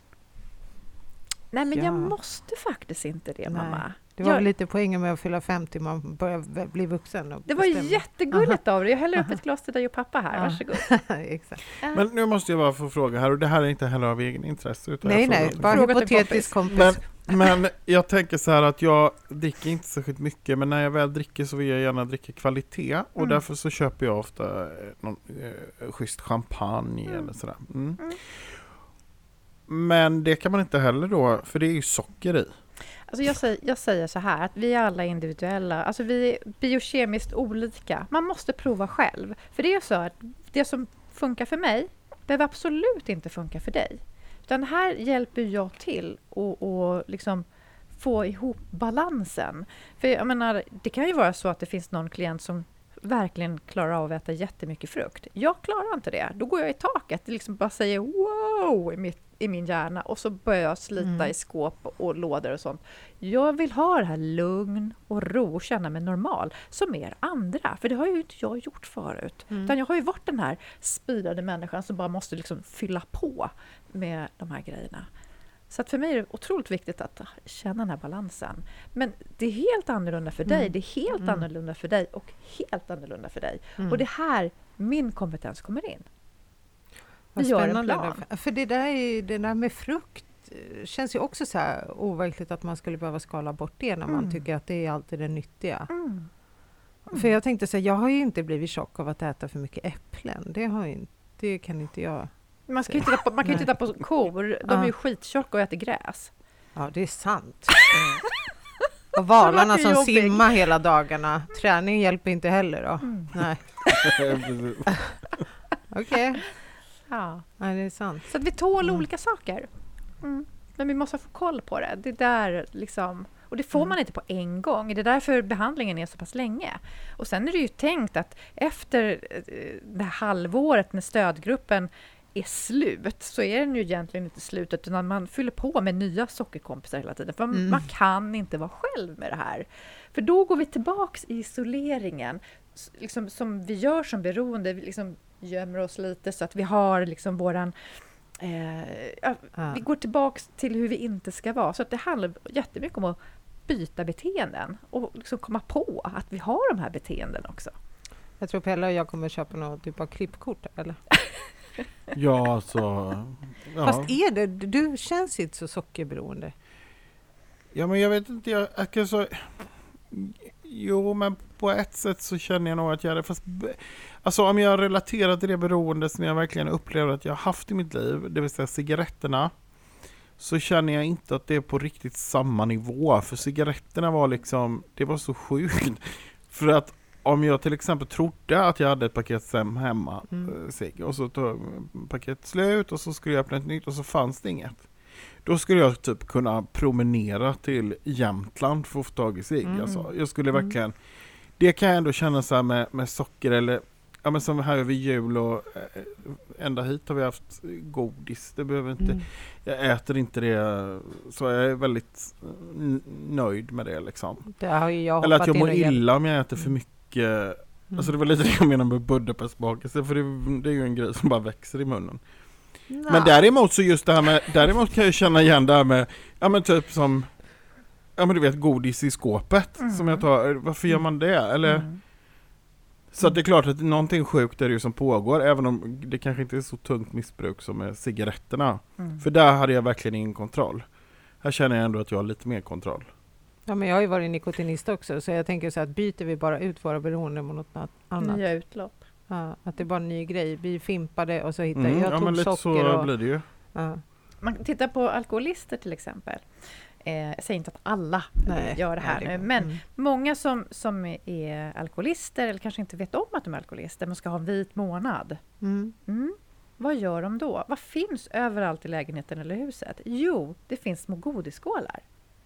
Nej, men Ja. jag måste faktiskt inte det, Nej. mamma. Det var Jag- lite poängen med att fylla femtio, man börjar v- bli vuxen. Och Det var bestämma. jättegulligt av dig. Jag häller upp ett glas till dig och pappa här. Ja. Varsågod. Exakt. Men nu måste jag bara få fråga här, och det här är inte heller av egen intresse. Utan Nej, jag nej, frågar- bara Fråga till hypotetisk kompis. Men, men jag tänker så här att jag dricker inte särskilt mycket, men när jag väl dricker så vill jag gärna dricka kvalitet, och Mm. därför så köper jag ofta eh, någon eh, schysst champagne Mm. eller sådär. Mm. Mm. Men det kan man inte heller då, för det är ju socker i. Alltså jag, säger, jag säger så här, att vi är alla individuella. Alltså vi är biokemiskt olika. Man måste prova själv. För det är så att det som funkar för mig behöver absolut inte funka för dig. Utan här hjälper jag till och, och liksom få ihop balansen. För jag menar, det kan ju vara så att det finns någon klient som verkligen klarar av att äta jättemycket frukt. Jag klarar inte det. Då går jag i taket. Det liksom bara säger wow i, mitt, i min hjärna. Och så börjar jag slita Mm. i skåp och lådor och sånt. Jag vill ha det här lugn och ro och känna mig normal som er andra. För det har ju inte jag gjort förut. Mm. Utan jag har ju varit den här spirade människan som bara måste liksom fylla på med de här grejerna. Så att för mig är det otroligt viktigt att känna den här balansen. Men det är helt annorlunda för dig. Mm. Det är helt Mm. annorlunda för dig och helt annorlunda för dig. Mm. Och det är här min kompetens kommer in. Vad Vi gör en spännande. plan. För- För det där, är, det där med frukt eh, känns ju också så här overkligt att man skulle behöva skala bort det när man Mm. tycker att det är alltid det nyttiga. Mm. Mm. För jag tänkte säga, jag har ju inte blivit tjock av att äta för mycket äpplen. Det, har ju inte, det kan inte jag. Man, ska ju titta på, man kan ju titta på kor, de är ju skittjocka och äter gräs. Ja, det är sant. Och valarna som jobbig. simmar hela dagarna. Träning hjälper inte heller då. Mm. Nej. Okej. Okay. Ja. Nej, det är sant. Så att vi tål Mm. olika saker. Mm. Men vi måste få koll på det. Det är där liksom, och det får Mm. man inte på en gång. Det är därför behandlingen är så pass länge. Och sen är det ju tänkt att efter eh, det här halvåret när stödgruppen är slut, så är den ju egentligen inte slut, utan man fyller på med nya sockerkompisar hela tiden. För Mm. man kan inte vara själv med det här. För då går vi tillbaks i isoleringen, s- liksom, som vi gör som beroende. Vi liksom gömmer oss lite så att vi har liksom våran... Eh, ja, Ja. Vi går tillbaks till hur vi inte ska vara. Så att det handlar jättemycket om att byta beteenden och liksom komma på att vi har de här beteenden också. Jag tror Pelle och jag kommer köpa något typ av klippkort, eller? Ja, så... Ja. Fast är det, du känns inte så sockerberoende. Ja, men jag vet inte, jag, jag kan så... Jo, men på ett sätt så känner jag nog att jag är det. Fast, be- alltså om jag relaterar till det beroende som jag verkligen upplever att jag har haft i mitt liv, det vill säga cigaretterna, så känner jag inte att det är på riktigt samma nivå. För cigaretterna var liksom, det var så sjukt. För att om jag till exempel trodde att jag hade ett paket Sem hemma, Mm. eh, cigg, och så tog paket slut och så skulle jag öppna ett nytt och så fanns det inget. Då skulle jag typ kunna promenera till Jämtland för att få tag i cigg. Mm. Alltså, jag skulle Mm. verkligen, det kan jag ändå känna så här med, med socker eller, ja men som här över jul och eh, ända hit har vi haft godis. Det behöver inte, Mm. jag äter inte det, så jag är väldigt n- nöjd med det liksom. Det har ju jag Eller att hoppat jag in mår och hjälpt. illa om jag äter för mycket. Mm. Alltså det var lite det jag menar med Budapestbakelse, för det, det är ju en grej som bara växer i munnen. Nej. Men däremot så just det här med, däremot kan jag känna igen det här med, ja men typ som, ja men du vet godis i skåpet Mm. som jag tar, varför gör man det? Eller, Mm. så att det är klart att någonting sjukt är det ju som pågår, även om det kanske inte är så tungt missbruk som med cigaretterna. Mm. För där hade jag verkligen ingen kontroll. Här känner jag ändå att jag har lite mer kontroll. Ja, men jag har ju varit nikotinist också, så jag tänker så att byter vi bara ut våra beroende mot något na- annat. Nya utlopp. Ja, att det är bara en ny grej. Vi fimpade och så hittade Mm, jag ja tog men lite socker så och... blir det ju. Ja. Man tittar på alkoholister till exempel. Eh, jag säger inte att alla Nej, gör det här nej, nu, men mm. många som, som är alkoholister eller kanske inte vet om att de är alkoholister, men ska ha en vit månad. Mm. Mm. Vad gör de då? Vad finns överallt i lägenheten eller huset? Jo, det finns små godisskålar.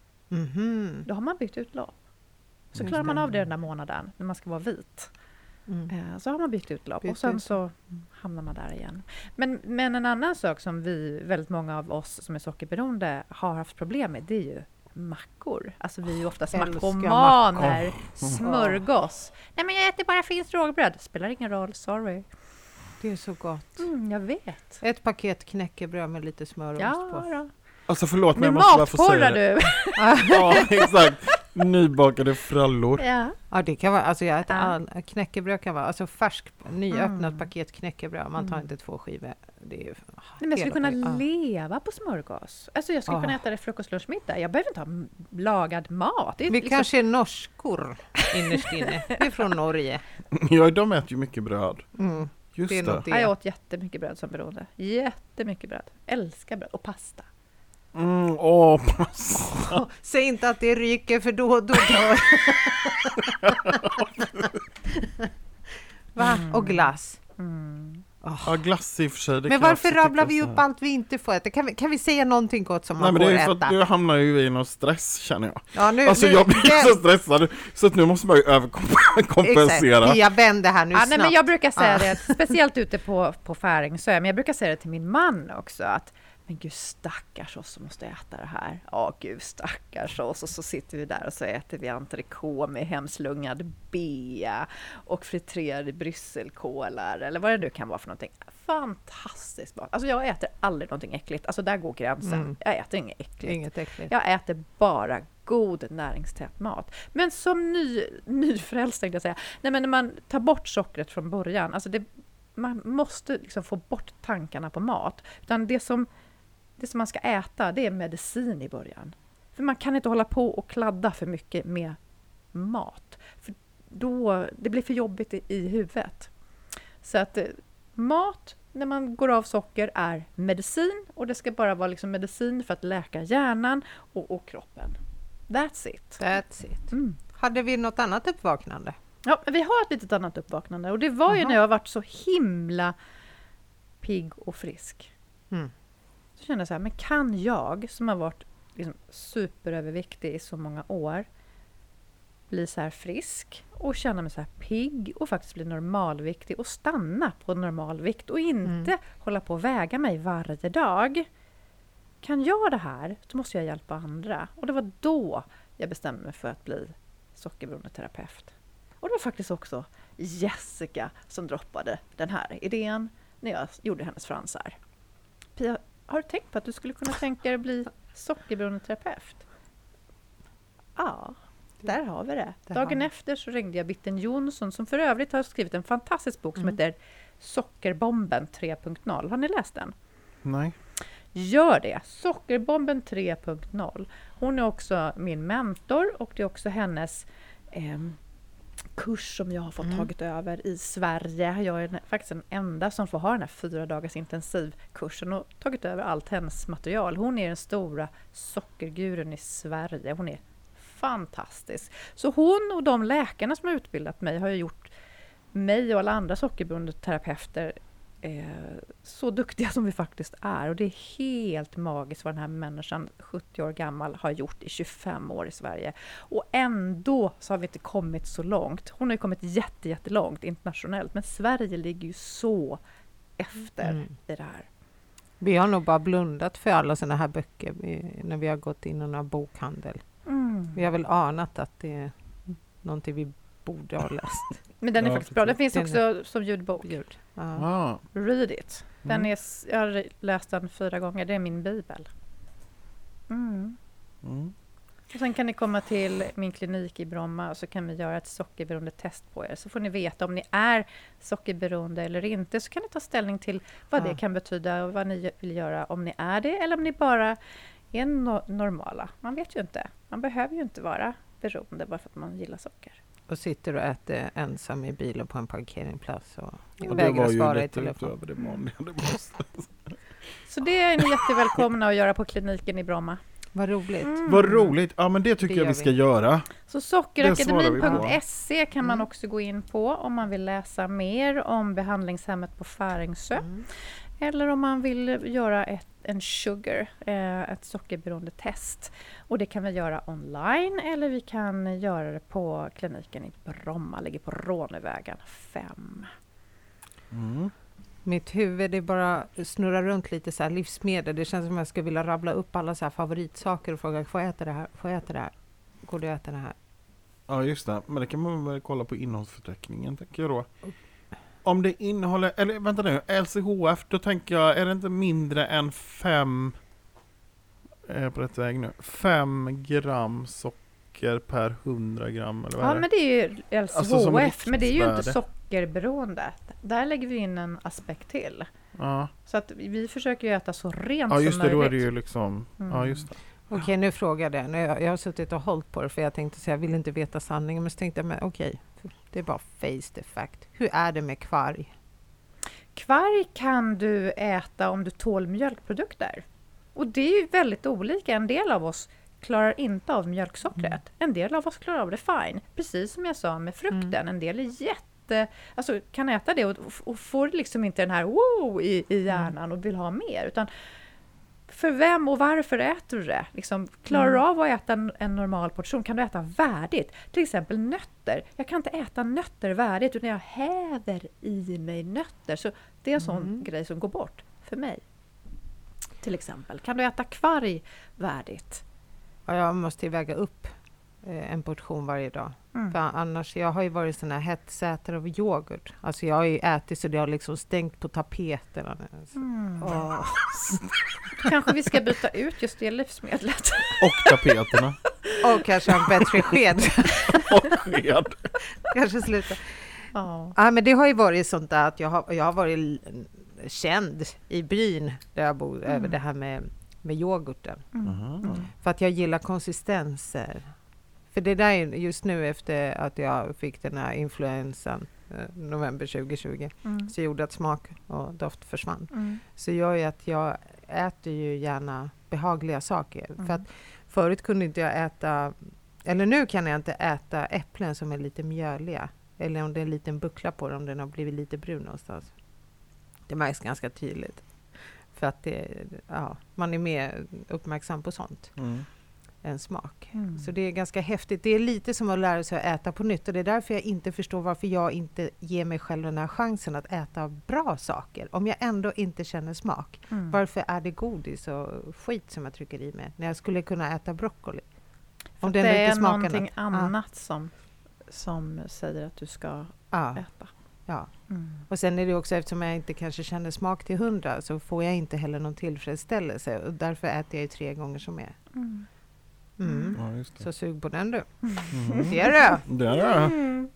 Mhm. Då har man bytt utlopp. Så Just klarar man det. av det den där månaden när man ska vara vit. Mm. Eh, Så har man bytt utlopp Bytt och sen ut. så hamnar man där igen. Men, men en annan sak som vi, väldigt många av oss som är sockerberoende har haft problem med, det är ju mackor. Alltså vi är ju oftast Älskar mackomaner. mackor. Smörgås. Nej men jag äter bara finskt rågbröd. Spelar ingen roll, sorry. Det är så gott. Mm, jag vet. Ett paket knäckebröd med lite smör och Ja ost på. då. Alltså förlåt men Nu jag måste bara få säga matporrar det. du. Ja exakt, nybakade frallor. Ja. Ja, det kan vara, alltså jag äter Ja. all, knäckebröd kan vara, alltså färsk, nyöppnat Mm. paket knäckebröd. Man tar Mm. inte två skivor. Det är ju... Nej, men jag skulle kunna Ja. leva på smörgås. Alltså jag skulle Ah. kunna äta det frukost, lunch, middag. Jag behöver inte ha m- lagad mat. Det är Vi liksom- kanske är norskor innerst inne. Vi är från Norge. Ja, de äter ju mycket bröd. Mm. Just Det det. är något Ja, jag det. åt jättemycket bröd som beroende. Jättemycket bröd. Älskar bröd. Och pasta. Mm, åh, pasta. Säg inte att det ryker för då, då dör. Va? Och glass. Mm. Ja, glass i och för sig. det Men kan jag varför också rabblar tycka vi så upp här. allt vi inte får äta? Kan vi, kan vi säga någonting gott som Nej man men det får är ju för äta? att du hamnar ju i någon stress känner jag. Ja, nu, Alltså nu, jag blir vänd- så stressad så att nu måste man ju överkompensera. Exakt. Jag vänder här nu Ja, snabbt. nej, men jag brukar säga Ah. det, speciellt ute på, på Färingsö, men jag brukar säga det till min man också, att men gud stackars oss som måste äta det här. Ja, gud stackars oss. Och så sitter vi där och så äter vi entrecote med hemslungad bea och friterade brysselkålar eller vad det nu kan vara för någonting. Fantastiskt mat. Alltså jag äter aldrig någonting äckligt. Alltså där går gränsen. Mm. Jag äter inget äckligt. Inget äckligt. Jag äter bara god näringstät mat. Men som ny, nyfrälst tänkte jag säga. Nej, men när man tar bort sockret från början. Alltså det, man måste liksom få bort tankarna på mat. Utan det som, det som man ska äta, det är medicin i början. För man kan inte hålla på och kladda för mycket med mat. För då, det blir för jobbigt i, i huvudet. Så att eh, mat när man går av socker är medicin, och det ska bara vara liksom medicin för att läka hjärnan och, och kroppen. That's it. That's it. Mm. Hade vi något annat uppvaknande? Ja, vi har ett litet annat uppvaknande, och det var ju Aha. när jag har varit så himla pigg och frisk. Mm. Så kände jag så här, men kan jag som har varit liksom superöverviktig i så många år bli så här frisk och känna mig så här pigg och faktiskt bli normalviktig och stanna på normalvikt och inte Mm. hålla på att väga mig varje dag. Kan jag det här, så måste jag hjälpa andra. Och det var då jag bestämde mig för att bli sockerberoendeterapeut. Och det var faktiskt också Jessica som droppade den här idén när jag gjorde hennes fransar. Pia, har du tänkt på att du skulle kunna tänka dig att bli sockerberoendeterapeut? Ja, där har vi det. Det Dagen har vi. efter så ringde jag Bitten Jonsson, som för övrigt har skrivit en fantastisk bok som Mm. heter Sockerbomben tre punkt noll. Har ni läst den? Nej. Gör det! Sockerbomben tre punkt noll. Hon är också min mentor, och det är också hennes eh, kurs som jag har fått Mm. tagit över i Sverige. Jag är den- faktiskt den enda som får ha den här fyra dagars intensivkursen och tagit över allt hennes material. Hon är den stora sockerguren i Sverige. Hon är fantastisk. Så hon och de läkarna som har utbildat mig har ju gjort mig och alla andra sockerberoendeterapeuter eh, så duktiga som vi faktiskt är. Och det är helt magiskt vad den här människan, sjuttio år gammal, har gjort i tjugofem år i Sverige. Och ändå så har vi inte kommit så långt. Hon har ju kommit jätte, jättelångt internationellt, men Sverige ligger ju så efter Mm. i det här. Vi har nog bara blundat för alla sådana här böcker vi, när vi har gått in i någon bokhandel. Mm. Vi har väl anat att det är någonting vi borde ha läst. Men den är Ja, faktiskt bra. Den finns Den också som ljudbok. Gjort. Ja. Ah. Read it. Den Mm. är, s- jag har läst den fyra gånger. Det är min bibel. Mm. Mm. Och sen kan ni komma till min klinik i Bromma, och så kan vi göra ett sockerberoende test på er. Så får ni veta om ni är sockerberoende eller inte. Så kan ni ta ställning till vad Ja. det kan betyda och vad ni vill göra, om ni är det eller om ni bara är no- normala. Man vet ju inte. Man behöver ju inte vara beroende bara för att man gillar socker. Och sitter och äter ensam i bilen på en parkeringsplats och Och det vägrar var ju svara i lite telefon. utöver det vanliga. Det måste. Så det är ni jättevälkomna att göra på kliniken i Bromma. Vad roligt. Mm. Vad roligt. Ja, men det tycker Det jag gör vi ska vi. göra. Så Det svarar sockerakademin vi på. punkt se kan man Mm. också gå in på om man vill läsa mer om behandlingshemmet på Färingsö. Mm. Eller om man vill göra ett, en sugar, eh, ett sockerberoende test. Och det kan vi göra online, eller vi kan göra det på kliniken i Bromma, ligger på Rånevägen fem. Mm. Mitt huvud är bara snurrar runt lite så här livsmedel. Det känns som att jag skulle vilja rabbla upp alla så här favoritsaker och fråga, får jag äta det här? Får jag äta det här? Går det att äta det här? Ja, just det. Men det kan man väl kolla på innehållsförteckningen, tänker jag då. Om det innehåller, eller vänta nu, L C H F, då tänker jag, är det inte mindre än fem, eh, på rätt väg nu, fem gram socker per hundra gram, eller vad Ja, är det? men det är ju L C H F, Alltså som men det är ju inte riktvärde. sockerberoende. Där lägger vi in en aspekt till. Ja, Så att vi försöker ju äta så rent ja just som det, då möjligt. är det ju liksom, Mm. ja just det. Okej, nu frågar jag det. Jag, jag har suttit och hållit på det för jag tänkte säga, jag vill inte veta sanningen. Men så tänkte jag, men okej, det är bara face the fact. Hur är det med kvarg? Kvarg kan du äta om du tål mjölkprodukter. Och det är ju väldigt olika. En del av oss klarar inte av mjölksockret. Mm. En del av oss klarar av det fine. Precis som jag sa med frukten. Mm. En del är jätte... Alltså kan äta det och, och får liksom inte den här wow i, i hjärnan och vill ha mer. Utan för vem och varför äter du det? Liksom, klarar du Mm. av att äta en, en normal portion? Kan du äta värdigt? Till exempel nötter. Jag kan inte äta nötter värdigt utan jag häver i mig nötter. Så det är en sån Mm. grej som går bort för mig. Till exempel. Kan du äta kvarg värdigt? Ja, jag måste väga upp eh, en portion varje dag. Mm. För annars, jag har ju varit sån här hetsätare av yoghurt. Alltså jag har ju ätit så det har liksom stängt på tapeterna. Mm. Åh. Då kanske vi ska byta ut just det livsmedlet. Och tapeterna. Och kanske en bättre sked. Och sked. Kanske sluta. Ja. Ja, men det har ju varit sånt där att jag har, jag har varit l- känd i byn där jag bor Mm. över det här med, med yoghurten. Mm. Aha. Mm. För att jag gillar konsistenser. För det där är just nu efter att jag fick den här influensan eh, november tjugohundratjugo Mm. så gjorde att smak och doft försvann. Mm. Så gör ju att jag äter ju gärna behagliga saker. Mm. För att förut kunde inte jag äta, eller nu kan jag inte äta äpplen som är lite mjöliga. Eller om det är en liten buckla på dem, om den har blivit lite brun någonstans. Det märks ganska tydligt. För att det, ja, man är mer uppmärksam på sånt Mm. än smak. Mm. Så det är ganska häftigt. Det är lite som att lära sig att äta på nytt. Och det är därför jag inte förstår varför jag inte ger mig själv den här chansen att äta bra saker. Om jag ändå inte känner smak. Mm. Varför är det godis och skit som jag trycker i mig? När jag skulle kunna äta broccoli. För Om det den är inte smakar någonting något. annat som, som säger att du ska Ja, äta. ja. Mm. Och sen är det också, eftersom jag inte kanske känner smak till hundra, så får jag inte heller någon tillfredsställelse. Och därför äter jag ju tre gånger som mer. Mm. Mm. Ja, just det. Så sug på den du. Mm. Det är det. Det är det. Mm.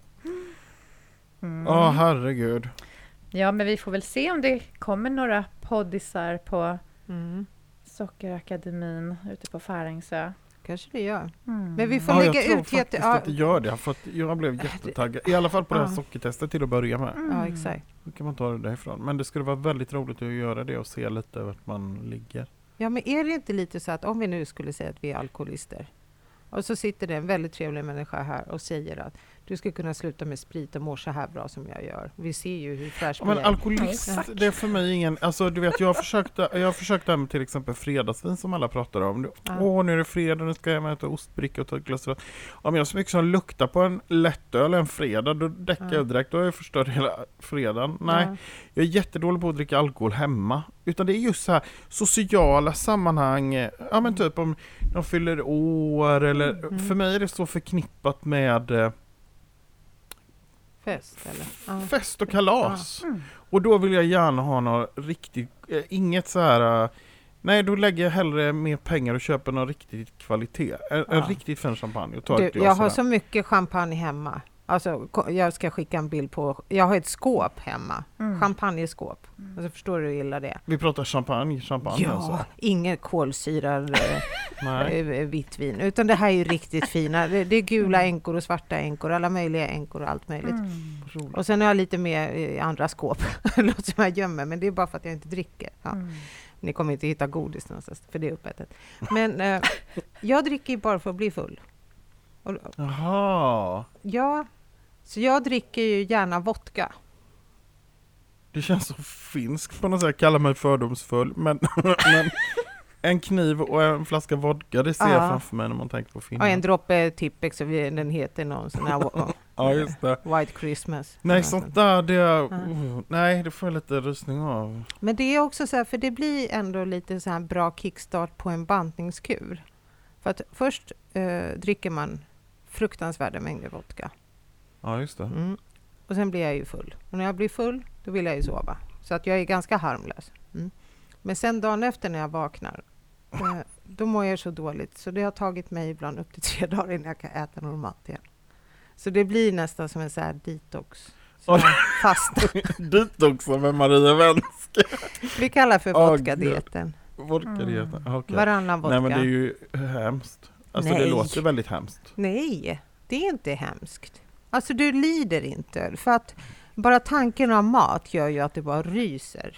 Mm. Ja, herregud. Ja, men vi får väl se om det kommer några poddisar på Mm. Sockerakademin ute på Färingsö. Kanske det gör. Mm. Men vi får Ja, lägga jag tror ut faktiskt jätte... Ja, att det gör det. För att jag blev jättetaggad. I alla fall på det här Ja. sockertestet till att börja med. Mm. ja, exakt. Då kan man ta det därifrån. Men det skulle vara väldigt roligt att göra det och se lite vart man ligger. Ja, men är det inte lite så att om vi nu skulle säga att vi är alkoholister och så sitter det en väldigt trevlig människa här och säger att du ska kunna sluta med sprit och må så här bra som jag gör. Vi ser ju hur fräsch Ja, vi men är. alkoholist, Ja. det är för mig ingen... Alltså du vet, jag har försökt, jag har försökt det här med till exempel fredagsvin som alla pratar om. Ja. Åh, nu är det fredag, nu ska jag äta ostbricka och ta ett glas. Om jag så mycket som luktar på en lättöl en fredag, då däckar Ja. jag direkt. Då har jag förstört hela fredagen. Nej, Ja. jag är jättedålig på att dricka alkohol hemma. Utan det är just så här sociala sammanhang. Ja men typ om de fyller år eller... Mm. För mig är det så förknippat med eh, Fest, eller? Ja. fest och kalas. Mm. Och då vill jag gärna ha något riktigt... Eh, inget så här... Eh, nej, då lägger jag hellre mer pengar och köper någon riktigt kvalitet. En, en Ja. riktigt fin champagne och tar Du, ett glas jag har sådär. så mycket champagne hemma. Alltså, ko- jag ska skicka en bild på... Jag har ett skåp hemma. Mm. Champagneskåp. Mm. Alltså, förstår du hur illa det är? Vi pratar champagne, champagne Ja, alltså. inget kolsyrad eh, Nej. eh, vitt vin. Utan det här är ju riktigt fina. Det, det är gula Mm. änkor och svarta änkor. Alla möjliga änkor och allt möjligt. Mm. Roligt. Och sen har jag lite mer i andra skåp. Låter som jag gömmer, men det är bara för att jag inte dricker. Ja. Mm. Ni kommer inte hitta godis någonstans, för det är uppätet. Men eh, jag dricker ju bara för att bli full. Och, Jaha. ja, så jag dricker ju gärna vodka. Det känns så finskt på något sätt. Kalla mig fördomsfull. Men, men en kniv och en flaska vodka, det ser jag Ja. framför mig när man tänker på Och filmen. en droppe Tippex, så vi, den heter någon sån här wa- Ja, just det. White Christmas. Nej, sånt där, det är, Ja. oh, nej, det får jag lite rysning av. Men det är också så här, för det blir ändå lite så här bra kickstart på en bantningskur. För att först eh, dricker man fruktansvärda mängder vodka. Ja, just det. Mm. Och sen blir jag ju full. Och när jag blir full, då vill jag ju sova. Så att jag är ganska harmlös. Mm. Men sen dagen efter när jag vaknar, eh, då mår jag så dåligt. Så det har tagit mig ibland upp till tre dagar innan jag kan äta normalt igen. Så det blir nästan som en så här detox. Så Oj. fast. Dit också med Maria Wenske. Vi kallar för Åh, vodka-dieten. Vodkadieten. Mm. Ah, okej. Varannan vodka. Nej, men det är ju hemskt. Alltså Nej. det låter väldigt hemskt. Nej, det är inte hemskt. Alltså du lider inte. För att bara tanken av mat gör ju att det bara ryser.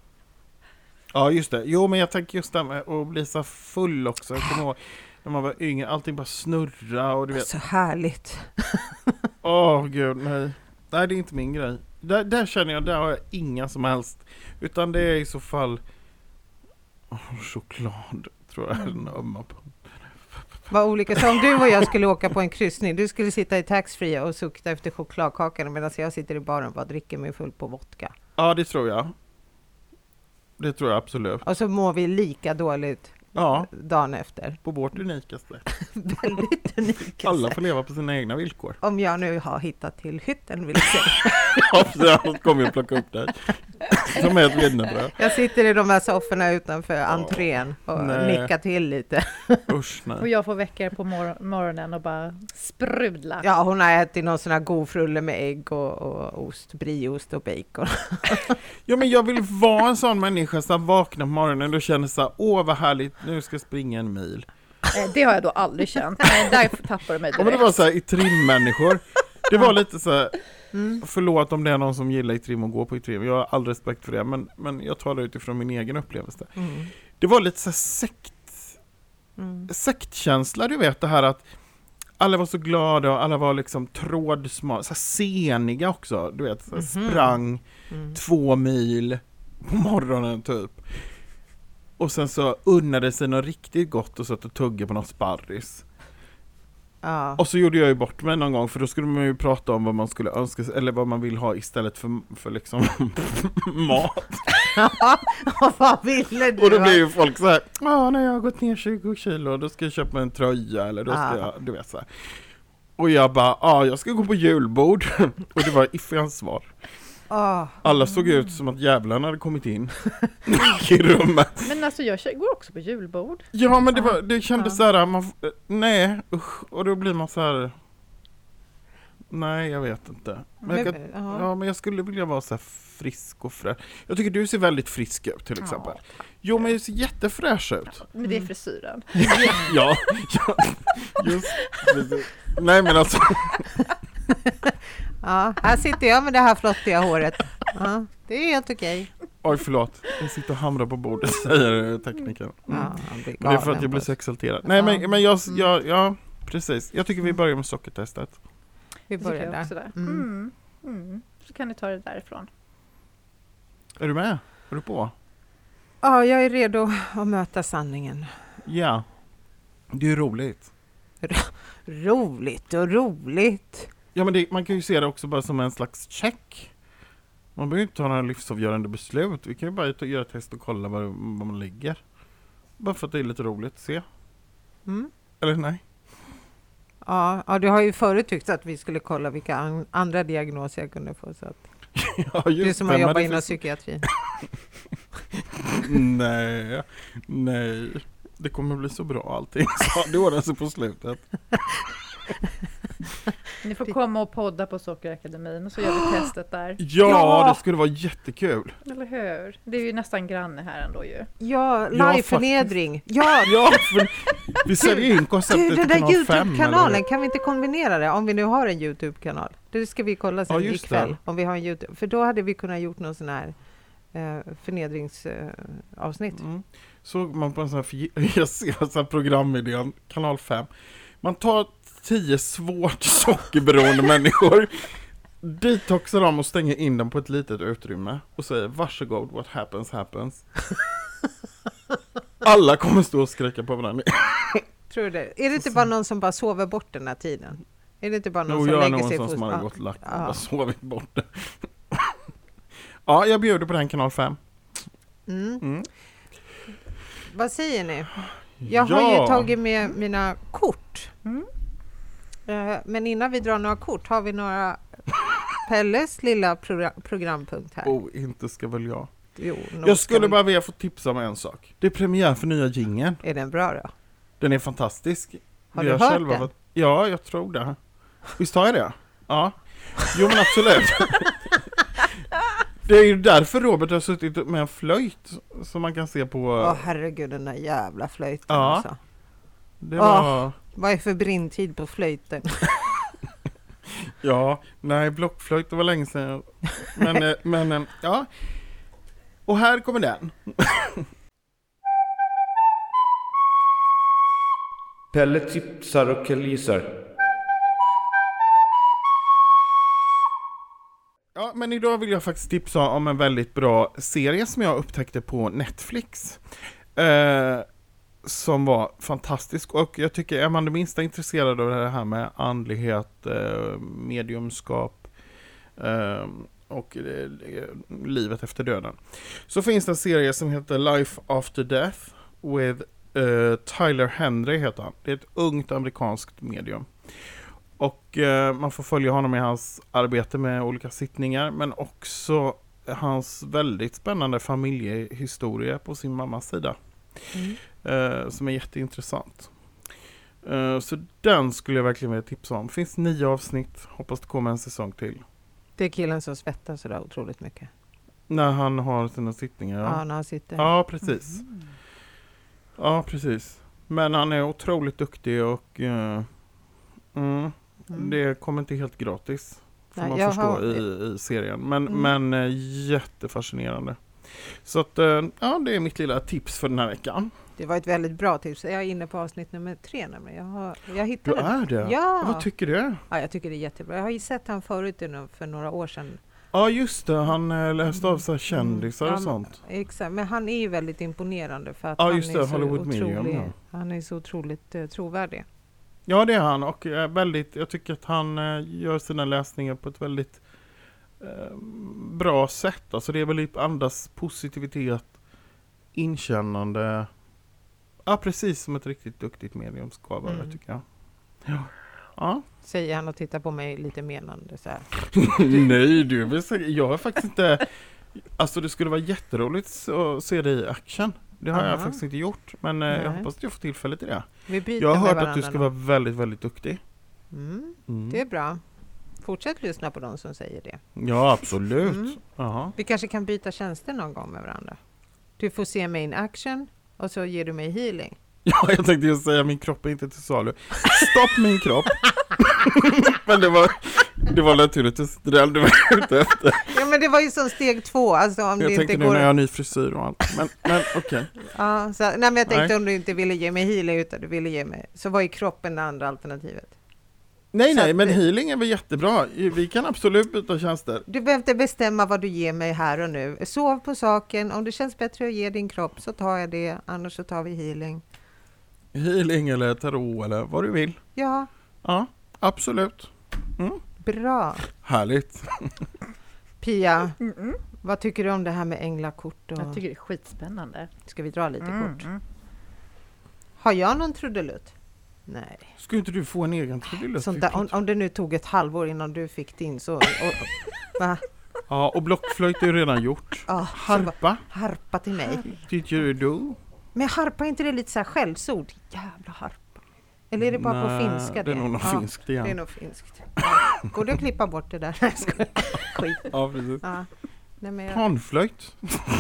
Ja, just det. Jo, men jag tänker just det här med att bli så full också. Jag kommer ihåg när man var yngre, allting bara snurra och du vet. Så härligt. Åh, gud, nej. Nej, det är inte min grej. Där, där känner jag, där har jag inga som helst. Utan det är i så fall oh, choklad, tror jag är den ömma på. Vad olika. Så om du och jag skulle åka på en kryssning, du skulle sitta i taxfree och sukta efter chokladkakan medan jag sitter i baren och bara dricker mig full på vodka. Ja, det tror jag. Det tror jag absolut. Och så mår vi lika dåligt Ja, dagen efter. på vårt unika sätt. Väldigt unika Alla sätt. får leva på sina egna villkor. Om jag nu har hittat till hytten vill jag säga. Ja, så kommer jag plocka upp dig. Som är ett wienerbröd. Jag sitter i de här sofforna utanför entrén och Nej. nickar till lite. Usch, nej. Och jag får väcka er på mor- morgonen och bara sprudla. Ja, hon har ätit någon sån här god frulle med ägg och, och ost, brieost och bacon. Ja, men jag vill vara en sån människa som vaknar på morgonen och känner så här, åh vad härligt, nu ska jag springa en mil. Eh, Det har jag då aldrig känt. Nej, där tappar du mig Ja, men det direkt. var så här i trimmänniskor. Det var lite så här, Mm. förlåt om det är någon som gillar i trim och går på i trim. Jag har all respekt för det, men, men jag talar utifrån min egen upplevelse. Mm. Det var lite så här sekt, Mm. sektkänsla, du vet det här att alla var så glada och alla var liksom trådsmala, så här seniga också, du vet, så här Mhm. sprang Mm. två mil på morgonen typ. Och sen så unnade sig något riktigt gott och satt och tuggade på något sparris. Ja. Och så gjorde jag ju bort mig någon gång, för då skulle man ju prata om vad man skulle önska sig, eller vad man vill ha istället för, för liksom mat. Och vad ville du? Och då va? blir ju folk så här: ja, när jag har gått ner tjugo kilo, då ska jag köpa en tröja, eller då ska Ah. jag, du vet så här. Och jag bara, ja, jag ska gå på julbord. Och det var Iffans svar. Ah. Alla såg ut som att jävlarna hade kommit in i rummet. Men alltså jag kö- går också på julbord. Ja, men det, var, det kändes Ja. så här, man, f- nej, usch. Och då blir man så här, nej, jag vet inte. Men jag, Men, kan, ja. ja, men jag skulle vilja vara så här frisk och fräsch. Jag tycker du ser väldigt frisk ut till exempel. Ja. Jo, men du ser jättefräsch ut. Men det är frisyren. Ja, ja, just precis. Nej, men alltså, Ja, här sitter jag med det här flottiga håret. Ja, det är helt okej. oj förlåt. Jag sitter och hamrar på bordet, säger teknikern. Mm. Ja, han blir Men det är för att galen jag blir på så oss. exalterad. Nej, men, men jag, jag, ja, precis. Jag tycker vi börjar med sockertestet. Vi Det tycker börjar jag där. också där. Mm. Mm. Mm. Så kan ni ta det därifrån. Är du med? Är du på? Ja, jag är redo att möta sanningen. Ja. Det är roligt. Roligt och roligt. Ja, men det, man kan ju se det också bara som en slags check. Man behöver inte ta några livsavgörande beslut. Vi kan ju bara ta, göra ett test och kolla var, var man ligger. Bara för att det är lite roligt att se. Mm. Eller nej? Ja, ja, du har ju förut tyckt att vi skulle kolla vilka an- andra diagnoser jag kunde få. Så att Ja, du just som det, har men jobbat det inom finns- psykiatrin. Nej, nej. Det kommer bli så bra allting. Så det ordnar sig på slutet. Ni får komma och podda på Sockerakademin och så gör vi testet där. Ja, Ja. det skulle vara jättekul. Eller hur? Det är ju nästan granne här ändå ju. Ja, Ja, liveförnedring. Ja, Ja, för vi säljer in du, konceptet den till där kanal fem. YouTube-kanalen, kan vi inte kombinera det? Om vi nu har en YouTube-kanal. Det ska vi kolla sen Ja, just ikväll. det. Om vi har en YouTube. För då hade vi kunnat gjort någon sån här eh, förnedringsavsnitt. Mm. Såg man på en sån här, för- jag ser en sån här programidén, kanal fem. Man tar tio svårt sockerberoende människor, detoxar dem och stänger in dem på ett litet utrymme och säger varsågod, what happens happens. Alla kommer stå och skrika på varandra. Tror du det? Är det inte bara någon som bara sover bort den här tiden? Är det inte bara någon Jo, som jag är lägger någon sig som, på... som har Ja. gått lagt och Ja. bara sovit bort det. Ja, jag bjuder på den kanal fem. Mm. Mm. Vad säger ni? Jag har ju Ja. tagit med mina kort. Mm. Eh, Men innan vi drar några kort har vi några Pelles lilla progra- programpunkt här. Oh, inte ska väl jag. Jo, nog Jag ska skulle vi- bara vilja få tipsa om en sak. Det är premiär för nya jingeln. Är den bra då? Den är fantastisk. Har Vi du hört själva den? varit- Ja, jag tror det. Visst har jag det? Ja. Jo, men absolut. Det är ju därför Robert har suttit med en flöjt som man kan se på... Åh herregud, den där jävla flöjten Ja. alltså. Det var... Vad är för brintid på flöjten? Ja, nej, blockflöjt, det var länge sedan. Men, eh, men eh, ja. Och här kommer den. Pelle tipsar och killgissar. Ja, men idag vill jag faktiskt tipsa om en väldigt bra serie som jag upptäckte på Netflix. Eh, som var fantastisk. Och jag tycker, är man det minsta intresserad av det här med andlighet, eh, mediumskap eh, och eh, livet efter döden, så finns det en serie som heter Life After Death with eh, Tyler Henry heter han. Det är ett ungt amerikanskt medium. Och eh, man får följa honom i hans arbete med olika sittningar, men också hans väldigt spännande familjehistoria på sin mammas sida. Mm. Eh, som är jätteintressant. Eh, så den skulle jag verkligen vilja tipsa om. Finns nio avsnitt, hoppas det kommer en säsong till. Det är killen som svettas sådär otroligt mycket. När han har sina sittningar. Ja, Ja, när han sitter. ja precis. Ja, precis. Men han är otroligt duktig och uh, mm, Mm. det kommer inte helt gratis. Får Nej, man jag förstå har- i, i serien. Men, Mm. men uh, jättefascinerande. Så att, uh, ja, det är mitt lilla tips för den här veckan. Det var ett väldigt bra tips. Jag är inne på avsnitt nummer tre nämligen. Jag, har, jag Du hittade är det? Ja. Vad tycker du? Ja, jag tycker det är jättebra. Jag har ju sett han förut i nå- för några år sedan. Ja, just det. Han uh, läste av så här kändisar Mm. och Ja, sånt. Exakt, men han är ju väldigt imponerande för att Ja, han just är det. så Hollywood otrolig, Medium, ja. han är så otroligt uh, trovärdig. Ja, det är han. Och uh, väldigt, jag tycker att han uh, gör sina läsningar på ett väldigt uh, bra sätt. Alltså det är väl andas positivitet, inkännande. Ja, precis som ett riktigt duktigt medium ska vara, Mm. tycker jag. Ja. Ja. Säger han och tittar på mig lite menande så här. Nej, du vill säga, jag har faktiskt inte... Alltså det skulle vara jätteroligt att se dig i action. Det har jag Aha. faktiskt inte gjort, men eh, jag Nej. hoppas att jag får tillfälle till det. Vi byter Jag har med hört varandra att du ska då. vara väldigt, väldigt duktig. Mm, Mm. det är bra. Fortsätt lyssna på de som säger det. Ja, absolut. Mm. Jaha. Vi kanske kan byta tjänster någon gång med varandra. Du får se mig in action och så ger du mig healing. Ja, jag tänkte just säga min kropp är inte till salu. Stopp min kropp! Men det var, det var naturligtvis det där du var ute efter. Ja, men det var ju som steg två. Alltså, om Jag det tänkte inte nu går... när jag har ny frisyr och allt. Men, men okej. Ja, så, nej, men jag tänkte Nej. om du inte ville ge mig healing utan du ville ge mig, så var ju kroppen det andra alternativet. Nej, Så nej, att men det- healing är väl jättebra. Vi kan absolut byta tjänster. Du behövde bestämma vad du ger mig här och nu. Sov på saken. Om det känns bättre att ge din kropp så tar jag det. Annars så tar vi healing. Healing eller tarot eller vad du vill. Ja, Ja, absolut. Mm. bra. Härligt. Pia, Mm-mm. vad tycker du om det här med änglakort? Och... Jag tycker det är skitspännande. Ska vi dra lite Mm, kort? mm. Har jag någon trudelutt? Nej. Ska inte du få en egen trudelutt? Sånt där, om, om det nu tog ett halvår innan du fick din så... Och, och, va? Ja, och blockflöjt är ju redan gjort. Ja, så Harpa, harpa till mig. did you do? Men harpa, är inte det lite så här skällsord? Jävla harpa. Eller är det bara Nej, på finska? det är nog något ja, finskt det är igen. nog finskt. Ja. Går det att klippa bort det där? Nej, jag skojar. Skit. Ja, precis. Ja. Nej, men jag... Panflöjt.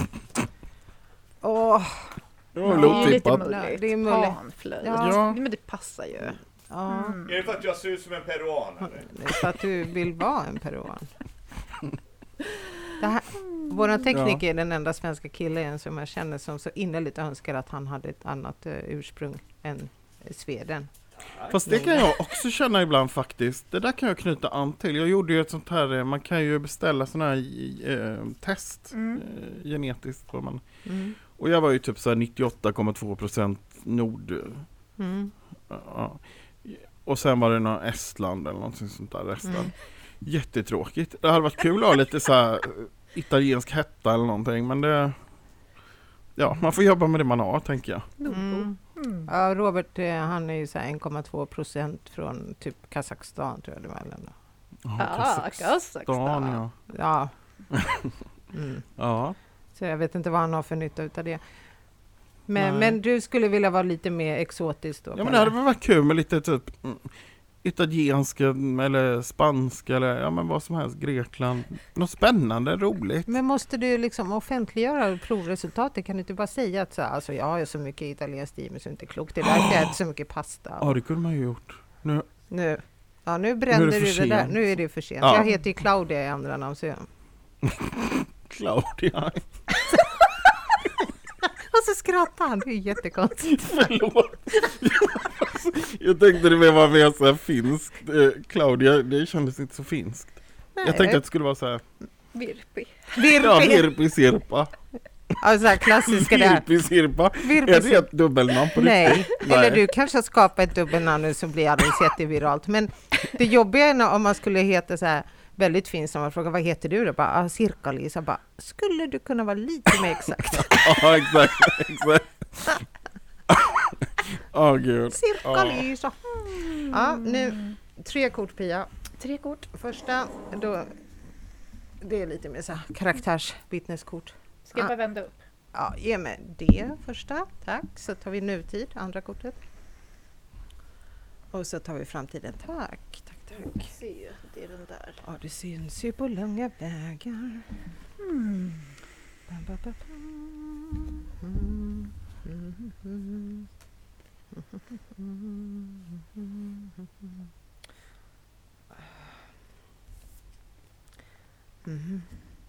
Åh, Det var Ja, väl Det är ju lite otippat. mulligt. Det är mulligt. Panflöjt. Ja. Ja. Men det passar ju. ja. Mm. Är det för att jag ser ut som en peruan? Eller? Det är för att du vill vara en peruan. Det här, våran tekniker är den enda svenska killen som jag känner som så innerligt önskar att han hade ett annat uh, ursprung än eh, Sweden. Fast det kan jag också känna ibland faktiskt. Det där kan jag knyta an till. Jag gjorde ju ett sånt här, eh, man kan ju beställa sådana här eh, test Mm. eh, genetiskt. Vad man, Mm. och jag var ju typ så här nittioåtta komma två procent nord. Mm. Ja. Och sen var det någon Estland eller någonting sånt där resten. Mm. Jättetråkigt. Det hade varit kul att ha lite så här italiensk hetta eller någonting, men det... Ja, man får jobba med det man har, tänker jag. Mm. Mm. Ja, Robert eh, han är ju så här en komma två procent från typ Kazakstan tror jag det var. Eller något. Ah, Kazakstan. ja. Ja. Mm. Ja. Så jag vet inte vad han har för nytta utav det. Men, Nej. men du skulle vilja vara lite mer exotisk då? Ja, men Pelle? det hade väl varit kul med lite typ mm, italienska eller spanska eller ja, men vad som helst, Grekland. Något spännande, roligt. Men måste du liksom offentliggöra provresultatet? Kan du inte bara säga att så, alltså, jag har ju så mycket italienskt i mig så det är inte klokt. Det är därför jag äter så mycket pasta. Ja, det kunde man ju gjort. Nu, Nu, ja, nu brände Nu är det du för det där. sent. Nu är det för sent. Ja. Jag heter ju Claudia i andra namn. Så jag... Claudia. Och så skrattar han. Det är jättekonstigt. Förlåt. Jag tänkte det var mer så här finskt. Eh, Claudia, det kändes inte så finskt. Jag tänkte att det skulle vara så här. Virpi. Ja, Virpi. Virpi Sirpa. Ja, så här klassiska där. Virpi Sirpa. Virpi Är det ett dubbelnamn på Nej, riktigt? eller du kanske har skapat ett dubbelnamn nu som blir alldeles jätteviralt. Men det jobbiga är när- om man skulle heta så här väldigt fint som man frågar vad heter du då? Bara, ah, Cirka-Lisa. Bara, skulle du kunna vara lite mer exakt? Ja, exakt. exakt. Åh, gud. Cirka-Lisa. Ja, nu tre kort Pia. Tre kort. Första, då, det är lite mer så här karaktärsvittneskort. Ska jag Ah. bara vända upp? Ja, ge mig det första. Tack. Så tar vi nutid, andra kortet. Och så tar vi framtiden. Tack, tack, tack. Se, det är den där. Ja, det syns ju på långa vägar. Mm. Bam, bam, bam, bam. Mm, mm, mm. Mm.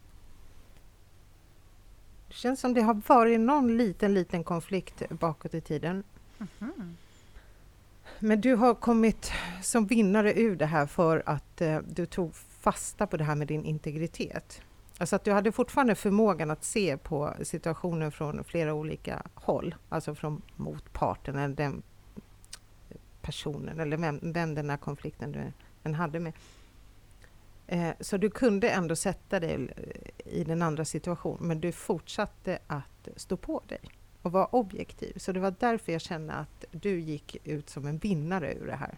Det känns som det har varit någon liten, liten konflikt bakåt i tiden. Mhm. Men du har kommit som vinnare ur det här för att eh, du tog fasta på det här med din integritet. Alltså att du hade fortfarande förmågan att se på situationen från flera olika håll. Alltså från motparten eller den personen eller vem, vem den här konflikten du den hade med. Eh, så du kunde ändå sätta dig i den andra situationen, men du fortsatte att stå på dig och vara objektiv. Så det var därför jag kände att du gick ut som en vinnare ur det här.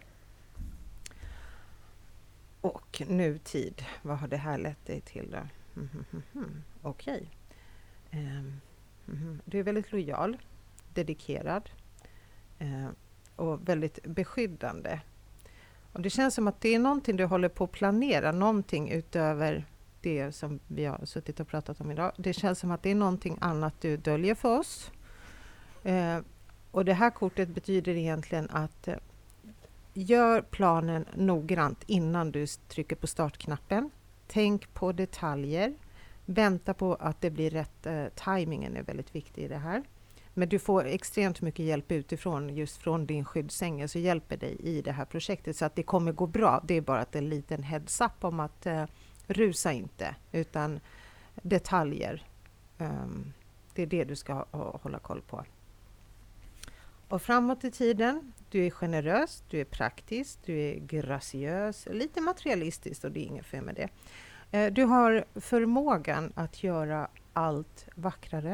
Och nutid, vad har det här lett dig till då? Mm, mm, mm, mm. Okej. Okay. Um, mm, du är väldigt lojal, dedikerad uh, och väldigt beskyddande. Och det känns som att det är någonting du håller på att planera, någonting utöver det som vi har suttit och pratat om idag. Det känns som att det är någonting annat du döljer för oss. Uh, och det här kortet betyder egentligen att uh, gör planen noggrant innan du trycker på startknappen. Tänk på detaljer. Vänta på att det blir rätt. Uh, timingen är väldigt viktig i det här. Men du får extremt mycket hjälp utifrån, just från din skyddsängel, så hjälper dig i det här projektet så att det kommer gå bra. Det är bara att en liten heads up om att uh, rusa inte, utan detaljer. Um, det är det du ska ha, hålla koll på. Och framåt i tiden, du är generös, du är praktisk, du är graciös, lite materialistisk, och det är inget fel med det. Uh, du har förmågan att göra allt vackrare.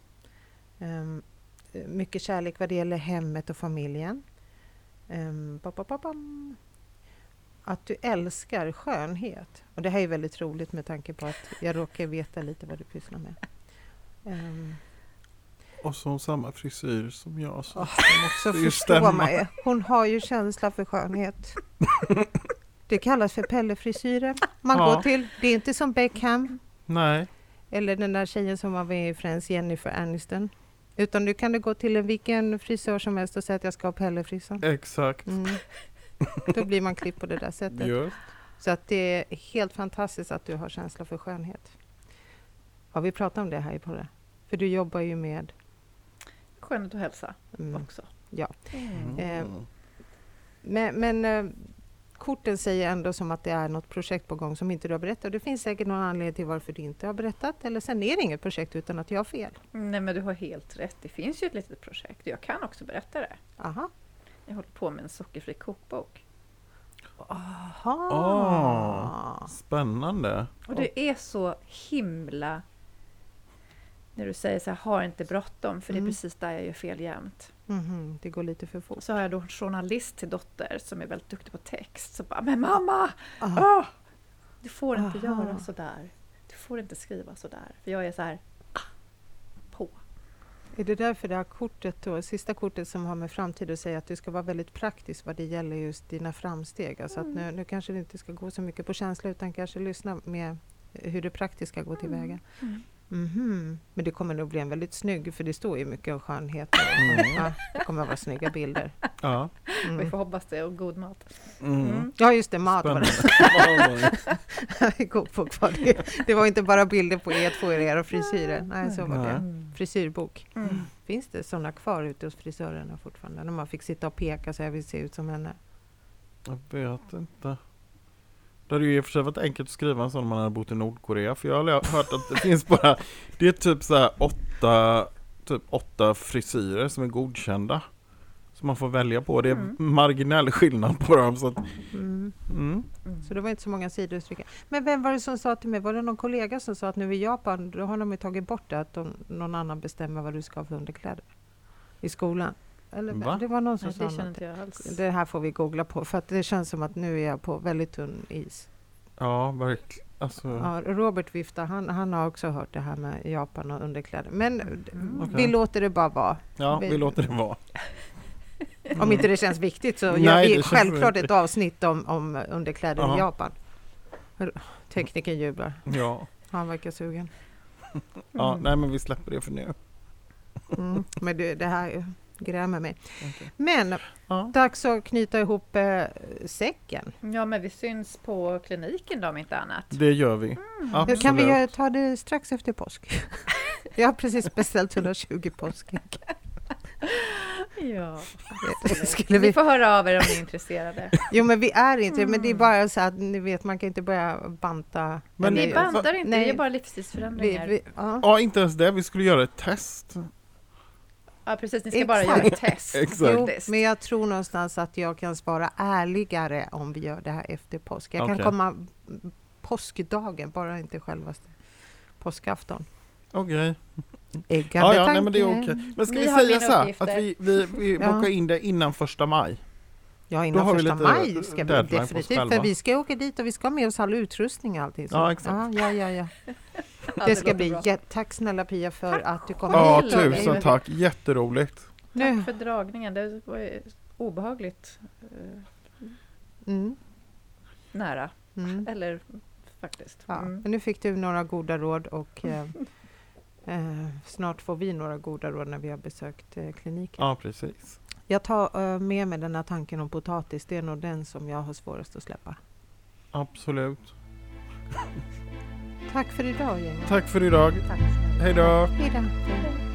Um, mycket kärlek vad det gäller hemmet och familjen. Um, ba, ba, ba, bam. Att du älskar skönhet. Och det här är väldigt roligt med tanke på att jag råkar veta lite vad du pysslar med. Um, Och så samma frisyr som jag. Så oh, jag måste förstå mig. Hon har ju känsla för skönhet. Det kallas för pellefrisyrer. Man ja. går till. Det är inte som Beckham. Nej. Eller den där tjejen som var med i Friends, Jennifer Aniston. Utan du kan du gå till vilken frisör som helst och säga att jag ska ha pellefrisyr. Exakt. Mm. Då blir man klippt på det där sättet. Just. Så att det är helt fantastiskt att du har känsla för skönhet. Har vi pratat om det här i podden? För du jobbar ju med skönhet och hälsa mm. också. Ja. Mm. Eh, men men eh, korten säger ändå som att det är något projekt på gång som inte du har berättat. Det finns säkert någon anledning till varför du inte har berättat. Eller sen är det inget projekt utan att jag har fel. Nej, men du har helt rätt. Det finns ju ett litet projekt. Jag kan också berätta det. Aha. Jag håller på med en sockerfri kokbok. Aha. Oh, spännande. Och det är så himla... När du säger så här, har inte bråttom. För Mm. det är precis där jag gör fel jämt. Mm-hmm. Det går lite för fort. Så har jag då en journalist till dotter som är väldigt duktig på text. Så bara, men mamma! Ah. Åh, du får inte Aha. göra så där. Du får inte skriva så där. För jag är så här, ah, på. Är det därför det här kortet då, sista kortet som har med framtid att säga att du ska vara väldigt praktisk vad det gäller just dina framsteg. Alltså Mm. att nu, nu kanske det inte ska gå så mycket på känsla utan kanske lyssna med hur det praktiska går tillväga. Mm. Mm-hmm. Men det kommer nog bli en väldigt snygg, för det står ju mycket om skönhet. Och, Mm. ja, det kommer att vara snygga bilder. Ja. Vi Mm. får hoppas det, och god mat. Mm. Mm. Ja just det, mat var det. God bok var det. Det var inte bara bilder på er två er och frisyrer. Nej, så var det. Mm. Frisyrbok. Mm. Finns det sådana kvar ute hos frisörerna fortfarande? När man fick sitta och peka så jag vill se ut som henne. Jag vet inte. Det hade ju i och för sig varit enkelt att skriva en sån om man hade bott i Nordkorea. För jag har hört att det finns bara... Det är typ så här åtta, typ åtta frisyrer som är godkända. Som man får välja på. Det är Mm. marginell skillnad på dem. Så, att, Mm. mm. Mm. Så det var inte så många sidor att stryka. Men vem var det som sa till mig? Var det någon kollega som sa att nu i Japan, då har de ju tagit bort det, att de, någon annan bestämmer vad du ska ha för underkläder i skolan? Eller Va? det var någon som Nej, sa det känner något. inte jag alls. Det här får vi googla på, för att det känns som att nu är jag på väldigt tunn is. Ja, verkligen. Alltså, Ja, Robert viftar, han, han har också hört det här med Japan och underkläder. Men Mm. vi Okej. låter det bara vara. ja, vi vi- låter det vara. Om inte det känns viktigt så Nej, gör det vi känns självklart inte. ett avsnitt om, om underkläder Ja. i Japan. Tekniken jublar. Ja, Han verkar sugen. ja Mm. nej men vi släpper det för nu. Mm. Men det, det här, grämer mig. Okay. Men Ja. dags att knyta ihop eh, säcken. Ja, men vi syns på kliniken då om inte annat. Det gör vi. Mm. Absolut. Kan vi göra- ta det strax efter påsk? Jag har precis beställt hundratjugo påskägg. Ja, Skulle vi vi... får höra av er om ni är intresserade. Jo, men vi är inte Mm. men det är bara så att ni vet, man kan inte börja banta. Men Vi det- bantar inte, Nej. det är bara Vi, livsstilsförändringar. vi, ja. Ja, inte ens det. Vi skulle göra ett test. Ja, precis. Ni ska bara Exakt. göra ett test. Exakt. Jo, faktiskt. men jag tror någonstans att jag kan svara ärligare om vi gör det här efter påsk. Jag Okej. kan komma påskdagen, bara inte själva påskafton. Okej. Äggande Ja, ja, nej, tanke. men det är okej. Men ska Ni vi har säga mina så här, uppgifter. att vi, vi, vi Ja. bokar in det innan första maj? Ja, Då innan har vi första lite maj ska vi deadline på oss definitivt. själva. För vi ska åka dit och vi ska ha med oss all utrustning och allting. Så. Ja, exakt. Ja, ja, ja, ja. Ja, Det ska låter bli bra. jätte... Tack snälla Pia för att du kommer Ja, hit. tusen tack. Jätteroligt. Nu. Tack för dragningen. Det var ju obehagligt eh, Mm, nära. mm. Eller faktiskt. Ja, Mm. men nu fick du några goda råd och eh, eh, snart får vi några goda råd när vi har besökt eh, kliniken. Ja, precis. Jag tar eh, med mig den här tanken om potatis. Det är nog den som jag har svårast att släppa. Absolut. Tack för idag, gänget. Tack för idag. Tack snälla. Hej då. Hej då.